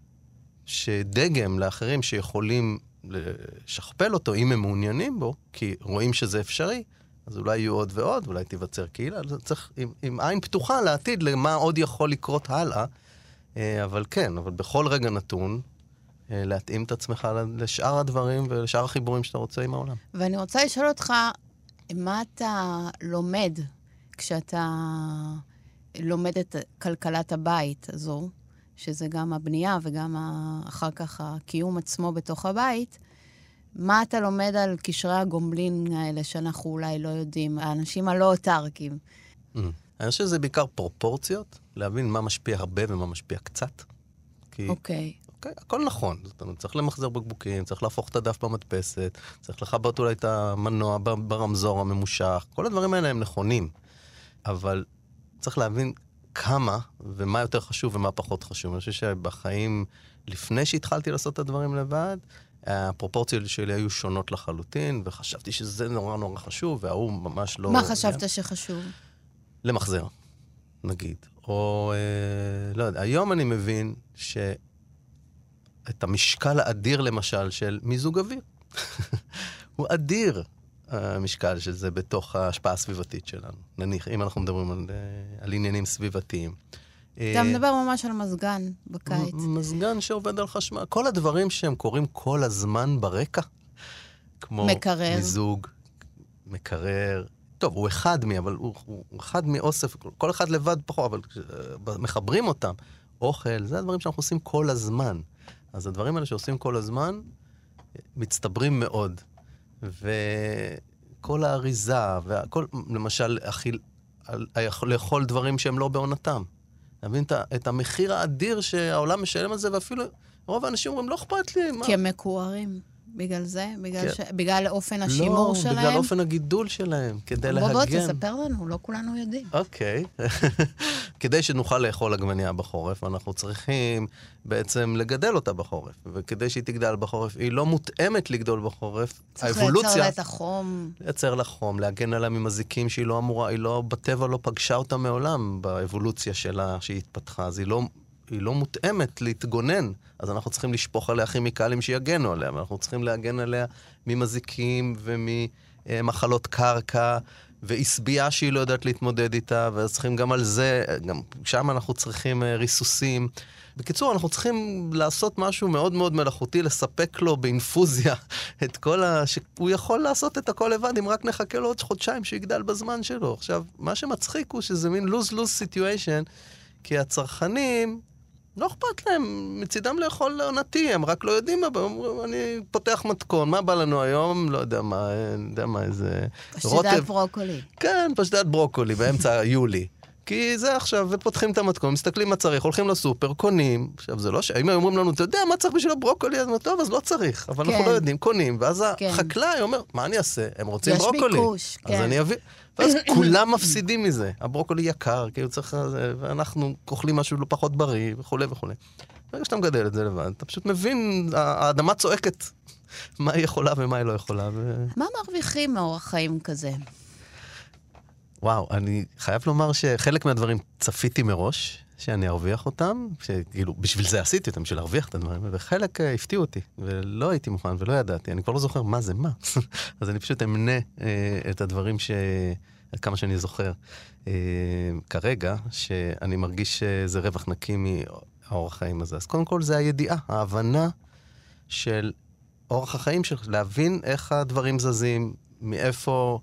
S2: שדגם לאחרים שיכולים לשכפל אותו, אם הם מעוניינים בו, כי רואים שזה אפשרי, אז אולי יהיו עוד ועוד, אולי תיווצר קהילה, אז צריך עם, עם עין פתוחה לעתיד למה עוד יכול לקרות הלאה, אבל כן, אבל בכל רגע נתון, להתאים את עצמך לשאר הדברים ולשאר החיבורים שאתה רוצה עם העולם.
S3: ואני רוצה לשאול אותך, מה אתה לומד כשאתה לומד את כלכלת הבית הזו, שזה גם הבנייה וגם אחר כך הקיום עצמו בתוך הבית, מה אתה לומד על קשרי הגומלין האלה שאנחנו אולי לא יודעים, האנשים הלא אוטרקים?
S2: אני חושב שזה בעיקר פרופורציות, להבין מה משפיע הרבה ומה משפיע קצת.
S3: אוקיי.
S2: אוקיי, הכל נכון. זאת אומרת, צריך למחזר בקבוקים, צריך להפוך את הדף במדפסת, צריך לחבות אולי את המנוע ברמזור הממושך, כל הדברים האלה הם נכונים. אבל צריך להבין כמה ומה יותר חשוב ומה פחות חשוב. אני חושב שבחיים, לפני שהתחלתי לעשות את הדברים לבד, הפרופורציות שלי היו שונות לחלוטין, וחשבתי שזה נורא נורא חשוב, והוא ממש לא...
S3: מה חשבת שחשוב?
S2: למחזר, נגיד. או, אה, לא יודע, היום אני מבין ש... את המשקל האדיר, למשל, של מיזוג אוויר. הוא אדיר, המשקל של זה בתוך ההשפעה הסביבתית שלנו. נניח, אם אנחנו מדברים על, על עניינים סביבתיים.
S3: אתה מדבר ממש על מזגן בקיץ.
S2: מזגן שעובד על חשמל. כל הדברים שהם קורים כל הזמן ברקע, כמו
S3: מקרר.
S2: מיזוג, מקרר. טוב, הוא אחד מי, אבל הוא, הוא אחד מאוסף, כל אחד לבד פחות, אבל מחברים אותם. אוכל, זה הדברים שאנחנו עושים כל הזמן. אז הדברים האלה שעושים כל הזמן, מצטברים מאוד. וכל האריזה, וכל, למשל, אכיל, לאכול דברים שהם לא בעונתם. להבין את, את המחיר האדיר שהעולם משלם על זה, ואפילו רוב האנשים אומרים, לא אכפת לי.
S3: כי הם מקוערים. בגלל זה? בגלל, ש... בגלל אופן השימור
S2: לא,
S3: שלהם?
S2: לא, בגלל אופן הגידול שלהם, כדי להגן.
S3: בוא, בוא, תספר לנו, לא כולנו יודעים.
S2: אוקיי. כדי שנוכל לאכול עגבנייה בחורף, אנחנו צריכים בעצם לגדל אותה בחורף. וכדי שהיא תגדל בחורף, היא לא מותאמת לגדול בחורף.
S3: צריך לייצר לה את החום.
S2: לייצר לה חום, להגן עליה ממזיקים שהיא לא אמורה, היא לא, בטבע לא פגשה אותה מעולם באבולוציה שלה שהיא התפתחה. אז היא לא, היא לא מותאמת להתגונן. אז אנחנו צריכים לשפוך עליה כימיקלים שיגנו עליה, ואנחנו צריכים להגן עליה ממזיקים וממחלות קרקע, והסביעה שהיא לא יודעת להתמודד איתה, ואז צריכים גם על זה, גם שם אנחנו צריכים ריסוסים. בקיצור, אנחנו צריכים לעשות משהו מאוד מאוד מלאכותי, לספק לו באינפוזיה את כל ה... שהוא יכול לעשות את הכל לבד, אם רק נחכה לו עוד חודשיים שיגדל בזמן שלו. עכשיו, מה שמצחיק הוא שזה מין lose-lose situation, כי הצרכנים לא אכפת להם מצידם לאכול עונתי, הם רק לא יודעים מה, אני פותח מתכון, מה בא לנו היום? לא יודע מה, אני יודע מה, איזה...
S3: פשטת ברוקולי.
S2: כן, פשטת ברוקולי, באמצע יולי. כי זה עכשיו, ופותחים את המתכון, מסתכלים מה צריך, הולכים לסופר, קונים, עכשיו זה לא ש... אם אומרים לנו, אתה יודע מה צריך בשביל הברוקולי? אז טוב, אז לא צריך, אבל אנחנו לא יודעים, קונים, ואז החקלאי אומר, מה אני אעשה? הם רוצים ברוקולי. יש ביקוש, כן. אז אני אביא... ואז כולם מפסידים מזה. הברוקולי יקר, כאילו צריך... ואנחנו אוכלים משהו לא פחות בריא, וכו' וכו'. ברגע שאתה מגדל את זה לבד, אתה פשוט מבין, האדמה צועקת מה היא יכולה ומה היא לא יכולה. ו...
S3: מה מרוויחים מאורח חיים כזה?
S2: וואו, אני חייב לומר שחלק מהדברים צפיתי מראש, שאני ארוויח אותם, שכאילו, בשביל זה עשיתי אותם, בשביל להרוויח את הדברים, וחלק הפתיעו אותי, ולא הייתי מוכן ולא ידעתי, אני כבר לא זוכר מה זה מה. אז אני פשוט אמנה אה, את הדברים ש... כמה שאני זוכר. אה, כרגע, שאני מרגיש שזה רווח נקי מהאורח החיים הזה. אז קודם כל זה הידיעה, ההבנה של אורח החיים, של להבין איך הדברים זזים, מאיפה...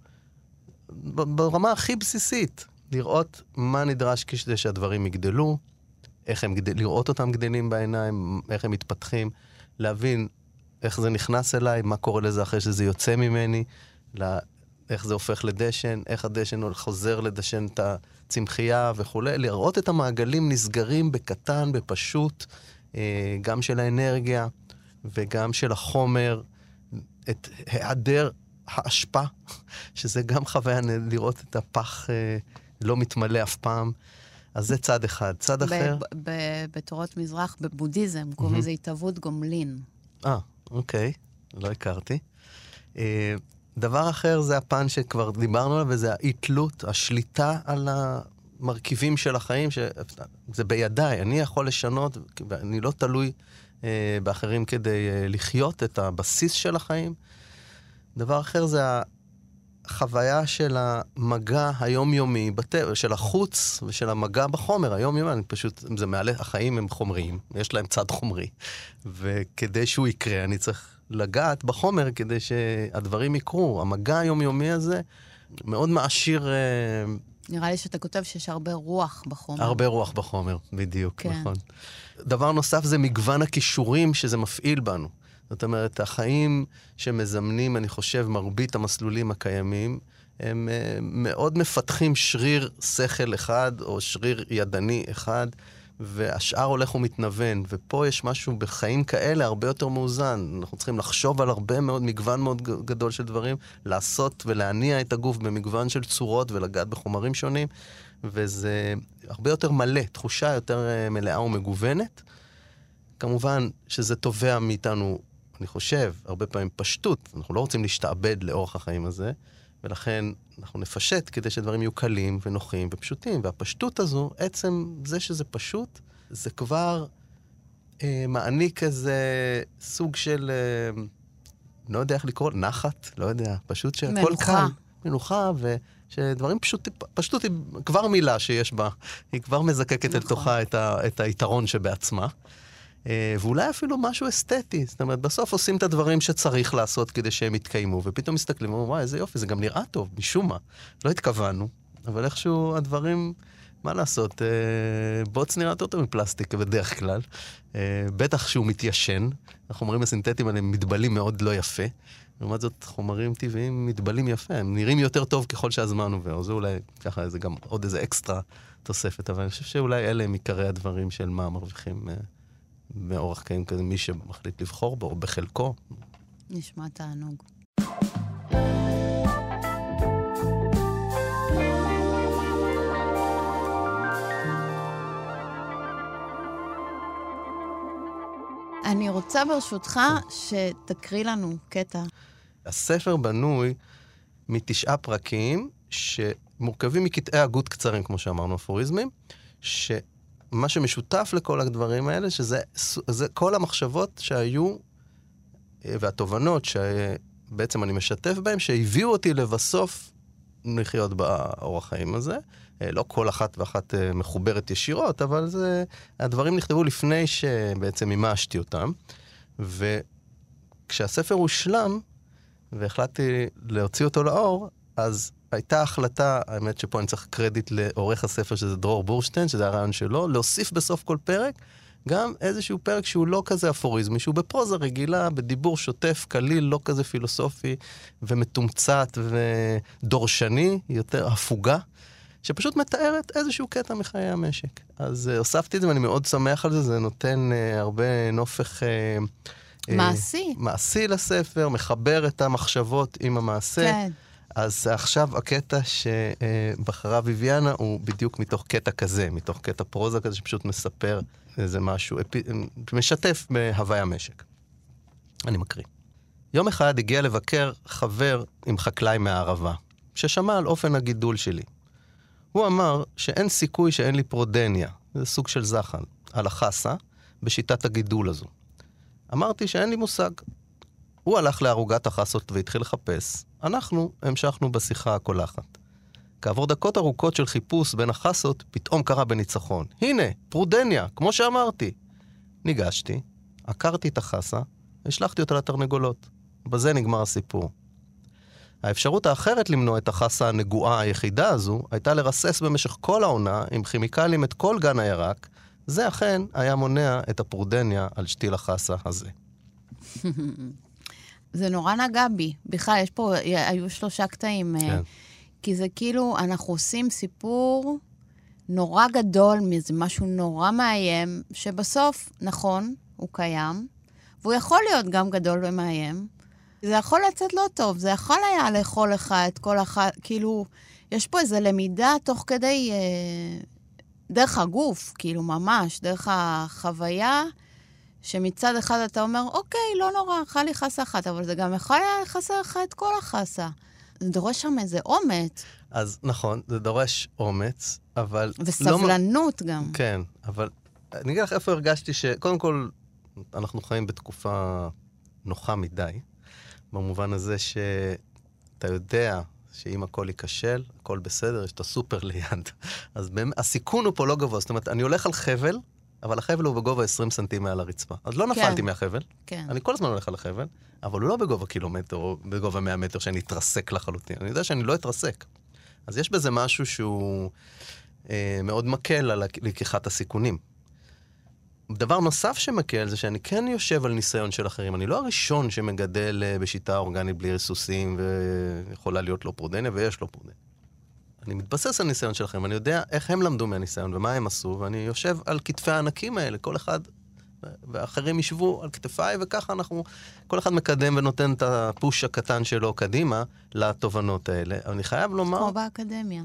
S2: ברמה הכי בסיסית, לראות מה נדרש כדי שהדברים יגדלו, איך הם גדל, לראות אותם גדלים בעיניים, איך הם מתפתחים, להבין איך זה נכנס אליי, מה קורה לזה אחרי שזה יוצא ממני, לה, איך זה הופך לדשן, איך הדשן חוזר לדשן את הצמחייה וכו', לראות את המעגלים נסגרים בקטן, בפשוט, גם של האנרגיה וגם של החומר, את היעדר האשפה, שזה גם חוויה לראות את הפח אה, לא מתמלא אף פעם. אז זה צד אחד. צד אחר...
S3: בתורות מזרח, בבודהיזם, קוראים לזה התהוות גומלין.
S2: אה, אוקיי. לא הכרתי. אה, דבר אחר זה הפן שכבר דיברנו עליו, וזה האי-תלות, השליטה על המרכיבים של החיים, שזה בידיי. אני יכול לשנות, ואני לא תלוי אה, באחרים כדי אה, לחיות את הבסיס של החיים. דבר אחר זה החוויה של המגע היומיומי, של החוץ ושל המגע בחומר היומיומי. אני פשוט, זה מעלה, החיים הם חומריים, יש להם צד חומרי. וכדי שהוא יקרה, אני צריך לגעת בחומר כדי שהדברים יקרו. המגע היומיומי הזה מאוד מעשיר...
S3: נראה לי שאתה כותב שיש הרבה רוח בחומר.
S2: הרבה רוח בחומר, בדיוק,
S3: כן.
S2: נכון. דבר נוסף זה מגוון הכישורים שזה מפעיל בנו. זאת אומרת, החיים שמזמנים, אני חושב, מרבית המסלולים הקיימים, הם uh, מאוד מפתחים שריר שכל אחד, או שריר ידני אחד, והשאר הולך ומתנוון. ופה יש משהו בחיים כאלה הרבה יותר מאוזן. אנחנו צריכים לחשוב על הרבה מאוד, מגוון מאוד גדול של דברים, לעשות ולהניע את הגוף במגוון של צורות ולגעת בחומרים שונים, וזה הרבה יותר מלא, תחושה יותר uh, מלאה ומגוונת. כמובן שזה תובע מאיתנו, אני חושב, הרבה פעמים פשטות. אנחנו לא רוצים להשתעבד לאורך החיים הזה, ולכן אנחנו נפשט כדי שדברים יהיו קלים ונוחים ופשוטים. והפשטות הזו, עצם זה שזה פשוט, זה כבר אה, מעניק איזה סוג של, אה, לא יודע איך לקרוא, נחת, לא יודע, פשוט שהכל קל. מנוחה, ושדברים פשוט, פשטות היא כבר מילה שיש בה, היא כבר מזקקת נכון. אל תוכה את, ה, את היתרון שבעצמה. ואולי אפילו משהו אסתטי. זאת אומרת, בסוף עושים את הדברים שצריך לעשות כדי שהם יתקיימו, ופתאום מסתכלים, ואומרים, וואי, איזה יופי, זה גם נראה טוב, משום מה. לא התכוונו, אבל איכשהו הדברים, מה לעשות, בוץ נראה יותר טוב מפלסטיק בדרך כלל. בטח שהוא מתיישן. החומרים הסינתטיים האלה מתבלים מאוד לא יפה. לעומת זאת, חומרים טבעיים מתבלים יפה. הם נראים יותר טוב ככל שהזמן עובר. זה אולי, ככה, זה גם עוד איזה אקסטרה תוספת, אבל אני חושב שאולי אלה הם עיקרי הדברים של מה מרוויחים מאורח חיים כזה, מי שמחליט לבחור בו, או בחלקו.
S3: נשמע תענוג. אני רוצה ברשותך שתקריא לנו קטע.
S2: הספר בנוי מתשעה פרקים שמורכבים מקטעי הגות קצרים, כמו שאמרנו, אפוריזמים, שמה שמשותף לכל הדברים האלה, שזה זה כל המחשבות שהיו, והתובנות שבעצם אני משתף בהם, שהביאו אותי לבסוף לחיות באורח חיים הזה. לא כל אחת ואחת מחוברת ישירות, אבל זה, הדברים נכתבו לפני שבעצם מימשתי אותם. וכשהספר הושלם, והחלטתי להוציא אותו לאור, אז הייתה החלטה, האמת שפה אני צריך קרדיט לעורך הספר, שזה דרור בורשטיין, שזה הרעיון שלו, להוסיף בסוף כל פרק, גם איזשהו פרק שהוא לא כזה אפוריזמי, שהוא בפרוזה רגילה, בדיבור שוטף, קליל, לא כזה פילוסופי, ומתומצת ודורשני, יותר הפוגה, שפשוט מתארת איזשהו קטע מחיי המשק. אז uh, הוספתי את זה, ואני מאוד שמח על זה, זה נותן uh, הרבה נופך... Uh,
S3: מעשי.
S2: Uh, מעשי לספר, מחבר את המחשבות עם המעשה. כן. אז עכשיו הקטע שבחרה ביביאנה הוא בדיוק מתוך קטע כזה, מתוך קטע פרוזה כזה שפשוט מספר איזה משהו, משתף בהווי המשק. אני מקריא. יום אחד הגיע לבקר חבר עם חקלאי מהערבה, ששמע על אופן הגידול שלי. הוא אמר שאין סיכוי שאין לי פרודניה, זה סוג של זחל, על החסה, בשיטת הגידול הזו. אמרתי שאין לי מושג. הוא הלך לערוגת החסות והתחיל לחפש. אנחנו המשכנו בשיחה הקולחת. כעבור דקות ארוכות של חיפוש בין החסות, פתאום קרה בניצחון. הנה, פרודניה, כמו שאמרתי. ניגשתי, עקרתי את החסה, השלחתי אותה לתרנגולות. בזה נגמר הסיפור. האפשרות האחרת למנוע את החסה הנגועה היחידה הזו, הייתה לרסס במשך כל העונה עם כימיקלים את כל גן הירק. זה אכן היה מונע את הפרודניה על שתיל החסה הזה.
S3: זה נורא נגע בי. בכלל, יש פה, היו שלושה קטעים. כן. כי זה כאילו, אנחנו עושים סיפור נורא גדול, מזה משהו נורא מאיים, שבסוף, נכון, הוא קיים, והוא יכול להיות גם גדול ומאיים. זה יכול לצאת לא טוב, זה יכול היה לאכול לך את כל אחד, כאילו, יש פה איזו למידה תוך כדי, אה, דרך הגוף, כאילו ממש, דרך החוויה, שמצד אחד אתה אומר, אוקיי, לא נורא, אכל לי חסה אחת, אבל זה גם יכול היה לחסר לך את כל החסה. זה דורש שם איזה אומץ.
S2: אז נכון, זה דורש אומץ, אבל...
S3: וסבלנות לא... גם.
S2: כן, אבל אני אגיד לך איפה הרגשתי שקודם כל, אנחנו חיים בתקופה נוחה מדי, במובן הזה שאתה יודע שאם הכל ייכשל, הכל בסדר, יש את הסופר ליד. אז באמת, הסיכון הוא פה לא גבוה. זאת אומרת, אני הולך על חבל, אבל החבל הוא בגובה עשרים סנטים מעל הרצפה. אז לא נפלתי כן. מהחבל. כן. אני כל הזמן הולך על החבל, אבל הוא לא בגובה קילומטר או בגובה מאה מטר שאני אתרסק לחלוטין. אני יודע שאני לא אתרסק. אז יש בזה משהו שהוא אה, מאוד מקל על לקיחת הסיכונים. דבר נוסף שמקל זה שאני כן יושב על ניסיון של אחרים. אני לא הראשון שמגדל בשיטה אורגנית בלי ריסוסים, ויכולה להיות לו פרודניה, ויש לו פרודניה. אני מתבסס על ניסיון של אחרים, אני יודע איך הם למדו מהניסיון ומה הם עשו, ואני יושב על כתפי הענקים האלה, כל אחד, ואחרים ישבו על כתפיי, וככה אנחנו, כל אחד מקדם ונותן את הפוש הקטן שלו קדימה לתובנות האלה. אבל אני חייב לומר...
S3: כמו באקדמיה.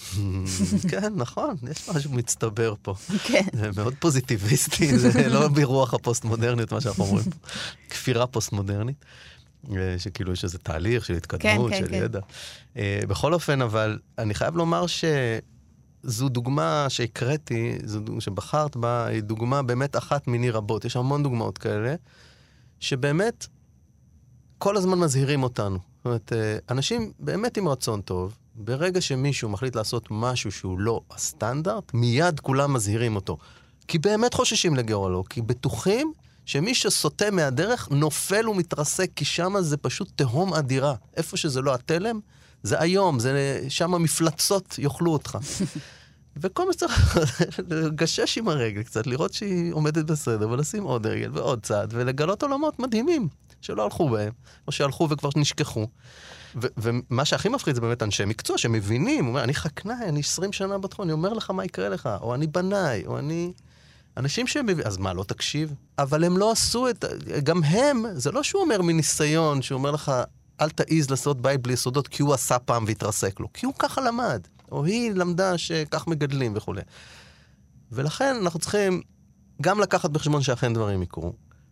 S2: כן, נכון, יש משהו מצטבר פה. כן. זה מאוד פוזיטיביסטי, זה לא ברוח הפוסט-מודרנית, מה שאנחנו אומרים פה. כפירה פוסט-מודרנית, שכאילו יש איזה תהליך של התקדמות, של ידע. בכל אופן, אבל אני חייב לומר שזו דוגמה שהקראתי, שבחרת בה, היא דוגמה באמת אחת מיני רבות. יש המון דוגמאות כאלה, שבאמת כל הזמן מזהירים אותנו. זאת אומרת, אנשים באמת עם רצון טוב, ברגע שמישהו מחליט לעשות משהו שהוא לא הסטנדרט, מיד כולם מזהירים אותו. כי באמת חוששים לגורלו, כי בטוחים שמי שסוטה מהדרך נופל ומתרסק, כי שם זה פשוט תהום אדירה. איפה שזה לא התלם, זה היום, זה, שם המפלצות יאכלו אותך. וכל מה שצריך לגשש עם הרגל קצת, לראות שהיא עומדת בסדר, ולשים עוד רגל ועוד צעד, ולגלות עולמות מדהימים שלא הלכו בהם, או שהלכו וכבר נשכחו. ו- ומה שהכי מפחיד זה באמת אנשי מקצוע שמבינים, הוא אומר, אני חקנאי, אני עשרים שנה בתחום, אני אומר לך מה יקרה לך, או אני בנאי, או אני... אנשים שהם מבינים, אז מה, לא תקשיב? אבל הם לא עשו את... גם הם, זה לא שהוא אומר מניסיון, שהוא אומר לך, אל תעיז לעשות בית בלי יסודות, כי הוא עשה פעם והתרסק לו, כי הוא ככה למד, או היא למדה שכך מגדלים וכו'. ולכן אנחנו צריכים גם לקחת בחשבון שאכן דברים יקרו,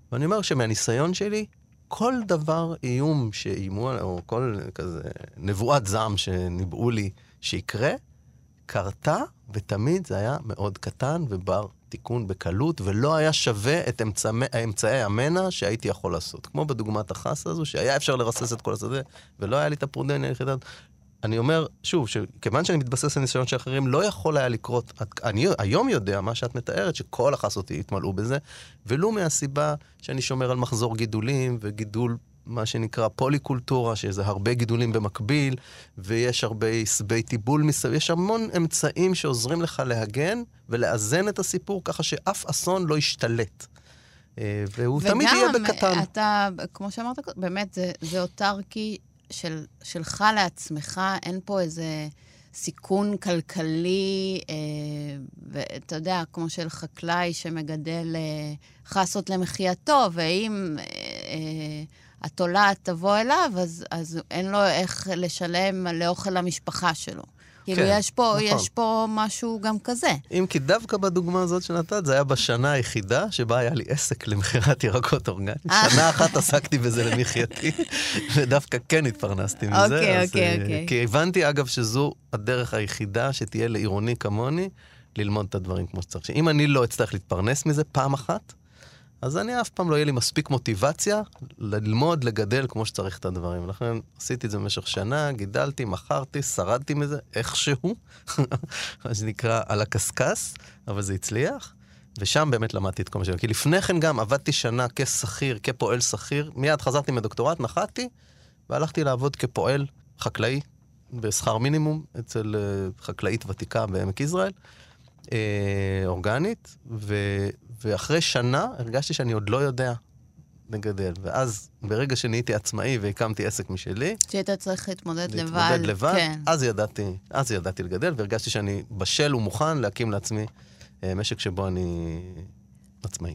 S2: ואני אומר שמהניסיון שלי, כל דבר איום שאימו, או כל כזה נבואת זעם שניבאו לי שיקרה, קרתה, ותמיד זה היה מאוד קטן ובר תיקון בקלות, ולא היה שווה את אמצעי, אמצעי המנע שהייתי יכול לעשות. כמו בדוגמת החס הזו, שהיה אפשר לרסס את כל השדה, ולא היה לי את הפרודניה היחידה. אני אומר, שוב, שכיוון שאני מתבסס על ניסיון שאחרים, לא יכול היה לקרות, אני היום יודע מה שאת מתארת, שכל החסות יתמלאו בזה, ולא מהסיבה שאני שומר על מחזור גידולים, וגידול, מה שנקרא פוליקולטורה, שזה הרבה גידולים במקביל, ויש הרבה סבי טיבול מסביב, יש המון אמצעים שעוזרים לך להגן, ולאזן את הסיפור, ככה שאף אסון לא ישתלט. והוא תמיד יהיה בקטן.
S3: וגם, אתה, כמו שאמרת, באמת, זה, זה אוטרקי, של, שלך לעצמך, אין פה איזה סיכון כלכלי, אה, ואתה יודע, כמו של חקלאי שמגדל אה, חסות למחייתו, ואם אה, אה, התולעת תבוא אליו, אז, אז אין לו איך לשלם לאוכל למשפחה שלו. כאילו,
S2: כן,
S3: יש פה,
S2: נכון.
S3: יש פה משהו גם כזה.
S2: אם כי דווקא בדוגמה הזאת שנתת, זה היה בשנה היחידה שבה היה לי עסק למכירת ירקות אורגניים. שנה אחת עסקתי בזה למחייתי, ודווקא כן התפרנסתי מזה.
S3: אוקיי,
S2: אז,
S3: אוקיי, אוקיי.
S2: כי הבנתי, אגב, שזו הדרך היחידה שתהיה לעירוני כמוני, ללמוד את הדברים כמו שצריך. אם אני לא אצטרך להתפרנס מזה פעם אחת, אז אני אף פעם לא יהיה לי מספיק מוטיבציה ללמוד, לגדל כמו שצריך את הדברים. לכן עשיתי את זה במשך שנה, גידלתי, מכרתי, שרדתי מזה, איכשהו, מה שנקרא על הקסקס, אבל זה הצליח, ושם באמת למדתי את כל מה שאני. כי לפני כן גם עבדתי שנה כשכיר, כפועל שכיר, מיד חזרתי מדוקטורט, נחתי, והלכתי לעבוד כפועל חקלאי, בשכר מינימום, אצל חקלאית ותיקה בעמק יזרעאל, אורגנית, ו... ואחרי שנה הרגשתי שאני עוד לא יודע לגדל. ואז ברגע שנהייתי עצמאי והקמתי עסק משלי,
S3: שהיית צריך להתמודד לבד.
S2: להתמודד לבד,
S3: כן.
S2: אז ידעתי, אז ידעתי לגדל, והרגשתי שאני בשל ומוכן להקים לעצמי משק שבו אני עצמאי.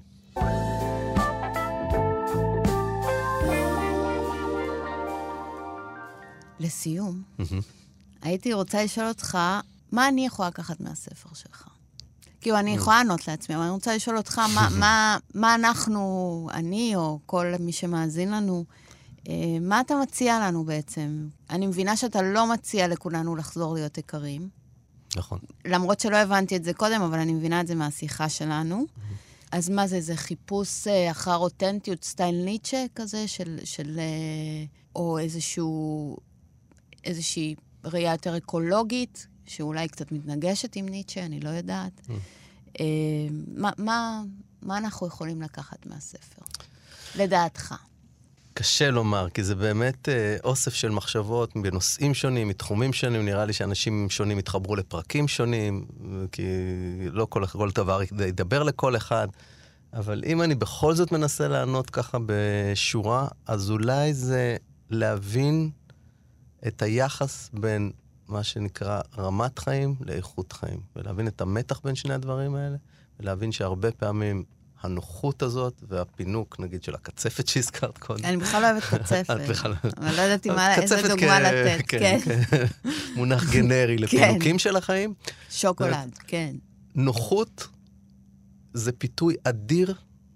S3: לסיום, הייתי רוצה לשאול אותך, מה אני יכולה לקחת מהספר שלך? כאילו, אני יכולה לענות לעצמי, אבל אני רוצה לשאול אותך, מה, מה, מה אנחנו, אני או כל מי שמאזין לנו, מה אתה מציע לנו בעצם? אני מבינה שאתה לא מציע לכולנו לחזור להיות יקרים.
S2: נכון.
S3: למרות שלא הבנתי את זה קודם, אבל אני מבינה את זה מהשיחה שלנו. אז מה זה, זה חיפוש אחר אותנטיות, סטייל ניטשה כזה, של, של, או איזשהו, איזושהי ראייה יותר אקולוגית, שאולי קצת מתנגשת עם ניטשה, אני לא יודעת. מה, מה, מה אנחנו יכולים לקחת מהספר? לדעתך.
S2: קשה לומר, כי זה באמת אה, אוסף של מחשבות בנושאים שונים, מתחומים שונים. נראה לי שאנשים שונים התחברו לפרקים שונים, כי לא כל, כל דבר ידבר לכל אחד. אבל אם אני בכל זאת מנסה לענות ככה בשורה, אז אולי זה להבין את היחס בין מה שנקרא רמת חיים לאיכות חיים, ולהבין את המתח בין שני הדברים האלה, ולהבין שהרבה פעמים הנוחות הזאת והפינוק, נגיד, של הקצפת שהזכרת קודם.
S3: אני בכלל לא אוהבת קצפת.
S2: את בכלל לא אוהבת.
S3: אבל לא יודעת איזה דוגמה לתת, כן.
S2: מונח גנרי לפינוקים של החיים.
S3: שוקולד, כן.
S2: נוחות זה פיתוי אדיר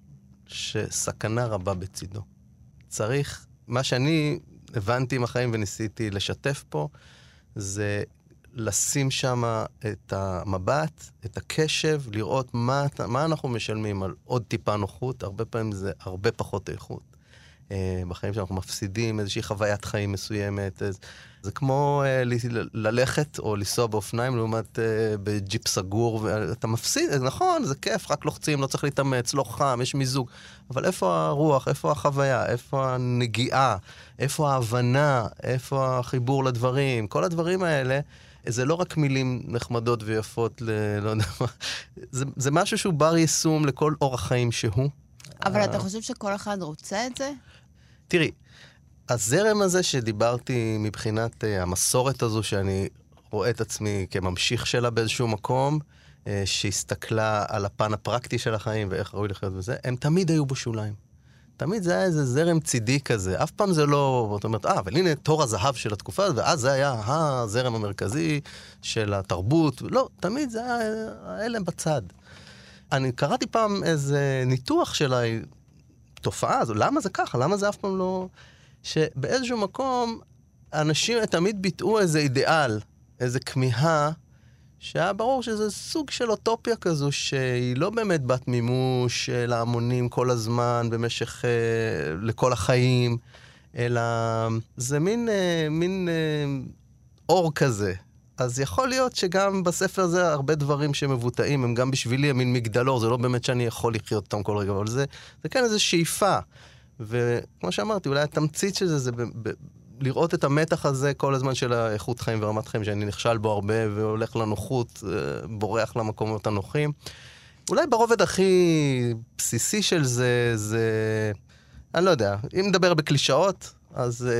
S2: שסכנה רבה בצידו. צריך, מה שאני הבנתי עם החיים וניסיתי לשתף פה, זה לשים שם את המבט, את הקשב, לראות מה, מה אנחנו משלמים על עוד טיפה נוחות. הרבה פעמים זה הרבה פחות איכות. בחיים שאנחנו מפסידים איזושהי חוויית חיים מסוימת. זה כמו ללכת או לנסוע באופניים לעומת בג'יפ סגור, ואתה מפסיד, נכון, זה כיף, רק לוחצים, לא צריך להתאמץ, לא חם, יש מיזוג. אבל איפה הרוח, איפה החוויה, איפה הנגיעה, איפה ההבנה, איפה החיבור לדברים, כל הדברים האלה, זה לא רק מילים נחמדות ויפות, ל... לא יודע מה, זה, זה משהו שהוא בר יישום לכל אורח חיים שהוא.
S3: אבל אתה חושב שכל אחד רוצה את זה?
S2: תראי, הזרם הזה שדיברתי מבחינת המסורת הזו, שאני רואה את עצמי כממשיך שלה באיזשהו מקום, שהסתכלה על הפן הפרקטי של החיים ואיך ראוי לחיות בזה, הם תמיד היו בשוליים. תמיד זה היה איזה זרם צידי כזה. אף פעם זה לא, זאת אומרת, אה, אבל הנה תור הזהב של התקופה, ואז זה היה הזרם המרכזי של התרבות. לא, תמיד זה היה אלה בצד. אני קראתי פעם איזה ניתוח של התופעה הזו, למה זה ככה? למה זה אף פעם לא... שבאיזשהו מקום, אנשים תמיד ביטאו איזה אידיאל, איזה כמיהה, שהיה ברור שזה סוג של אוטופיה כזו, שהיא לא באמת בת מימוש להמונים כל הזמן, במשך, אה, לכל החיים, אלא זה מין, אה, מין אה, אור כזה. אז יכול להיות שגם בספר הזה הרבה דברים שמבוטאים, הם גם בשבילי מין מגדלור, זה לא באמת שאני יכול לחיות אותם כל רגע, אבל זה, זה כן איזו שאיפה. וכמו שאמרתי, אולי התמצית של זה, זה ב, ב, לראות את המתח הזה כל הזמן של האיכות חיים ורמת חיים, שאני נכשל בו הרבה והולך לנוחות, בורח למקומות הנוחים. אולי ברובד הכי בסיסי של זה, זה... אני לא יודע, אם נדבר בקלישאות, אז...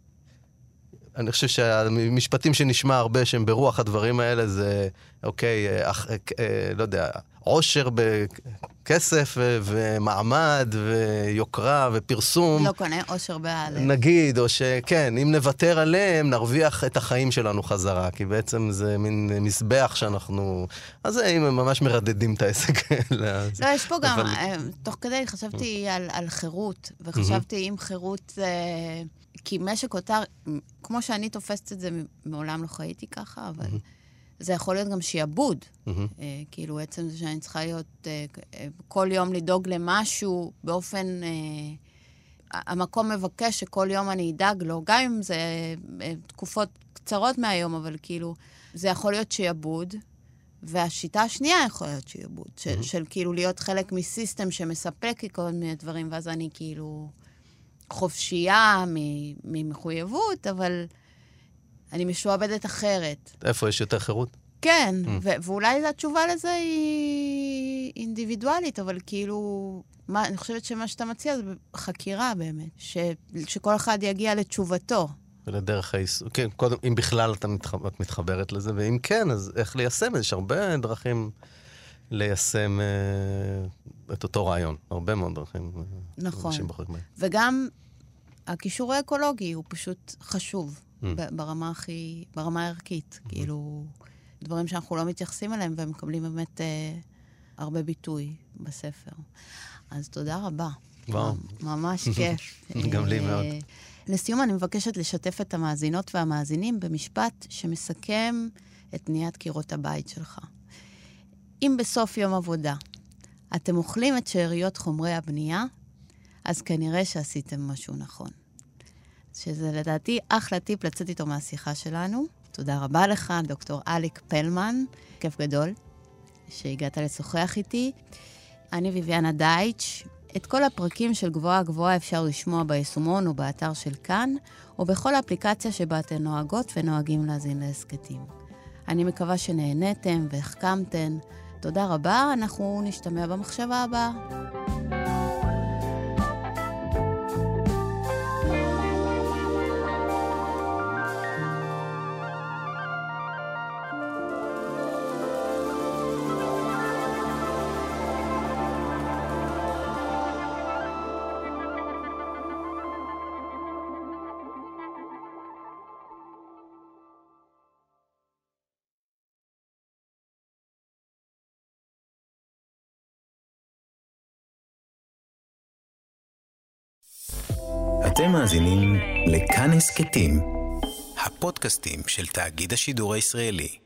S2: אני חושב שהמשפטים שנשמע הרבה שהם ברוח הדברים האלה זה, אוקיי, אח, אה, לא יודע, עושר בכסף ו- ומעמד ויוקרה ופרסום.
S3: לא קונה עושר באלף.
S2: נגיד, או שכן, אם נוותר עליהם, נרוויח את החיים שלנו חזרה, כי בעצם זה מין מזבח שאנחנו... אז זה אם הם ממש מרדדים את העסק.
S3: לא, יש פה גם, תוך כדי חשבתי על, על חירות, וחשבתי אם חירות זה... כי משק אותר, כמו שאני תופסת את זה, מעולם לא חייתי ככה, אבל זה יכול להיות גם שיעבוד. כאילו, עצם זה שאני צריכה להיות כל יום לדאוג למשהו, באופן... המקום מבקש שכל יום אני אדאג לו, גם אם זה תקופות קצרות מהיום, אבל כאילו, זה יכול להיות שיעבוד, והשיטה השנייה יכול להיות שיעבוד, של כאילו להיות חלק מסיסטם שמספק לי כל מיני דברים, ואז אני כאילו... חופשייה ממחויבות, אבל אני משועבדת אחרת.
S2: איפה יש יותר חירות?
S3: כן, ו- ואולי התשובה לזה היא אינדיבידואלית, אבל כאילו, מה, אני חושבת שמה שאתה מציע זה חקירה באמת, ש- שכל אחד יגיע לתשובתו.
S2: ולדרך היישום. כן, קודם, אם בכלל אתה מתח... את מתחברת לזה, ואם כן, אז איך ליישם? יש הרבה דרכים ליישם אה, את אותו רעיון. הרבה מאוד דרכים.
S3: נכון. וגם הקישור האקולוגי הוא פשוט חשוב mm. ברמה הכי, ברמה הערכית. Mm-hmm. כאילו, דברים שאנחנו לא מתייחסים אליהם, והם מקבלים באמת אה, הרבה ביטוי בספר. אז תודה רבה.
S2: וואו.
S3: ממש כיף.
S2: גם לי מאוד.
S3: לסיום, אני מבקשת לשתף את המאזינות והמאזינים במשפט שמסכם את בניית קירות הבית שלך. אם בסוף יום עבודה אתם אוכלים את שאריות חומרי הבנייה, אז כנראה שעשיתם משהו נכון. שזה לדעתי אחלה טיפ לצאת איתו מהשיחה שלנו. תודה רבה לך, דוקטור אליק פלמן. כיף גדול שהגעת לשוחח איתי. אני ויביאנה דייטש. את כל הפרקים של גבוהה גבוהה אפשר לשמוע ביישומון או באתר של כאן, או בכל האפליקציה שבה אתן נוהגות ונוהגים להזין להסקטים. אני מקווה שנהנתם והחכמתן. תודה רבה, אנחנו נשתמע במחשבה הבאה.
S1: אתם מאזינים לכאן הסקטים, הפודקאסטים של תאגיד השידור הישראלי.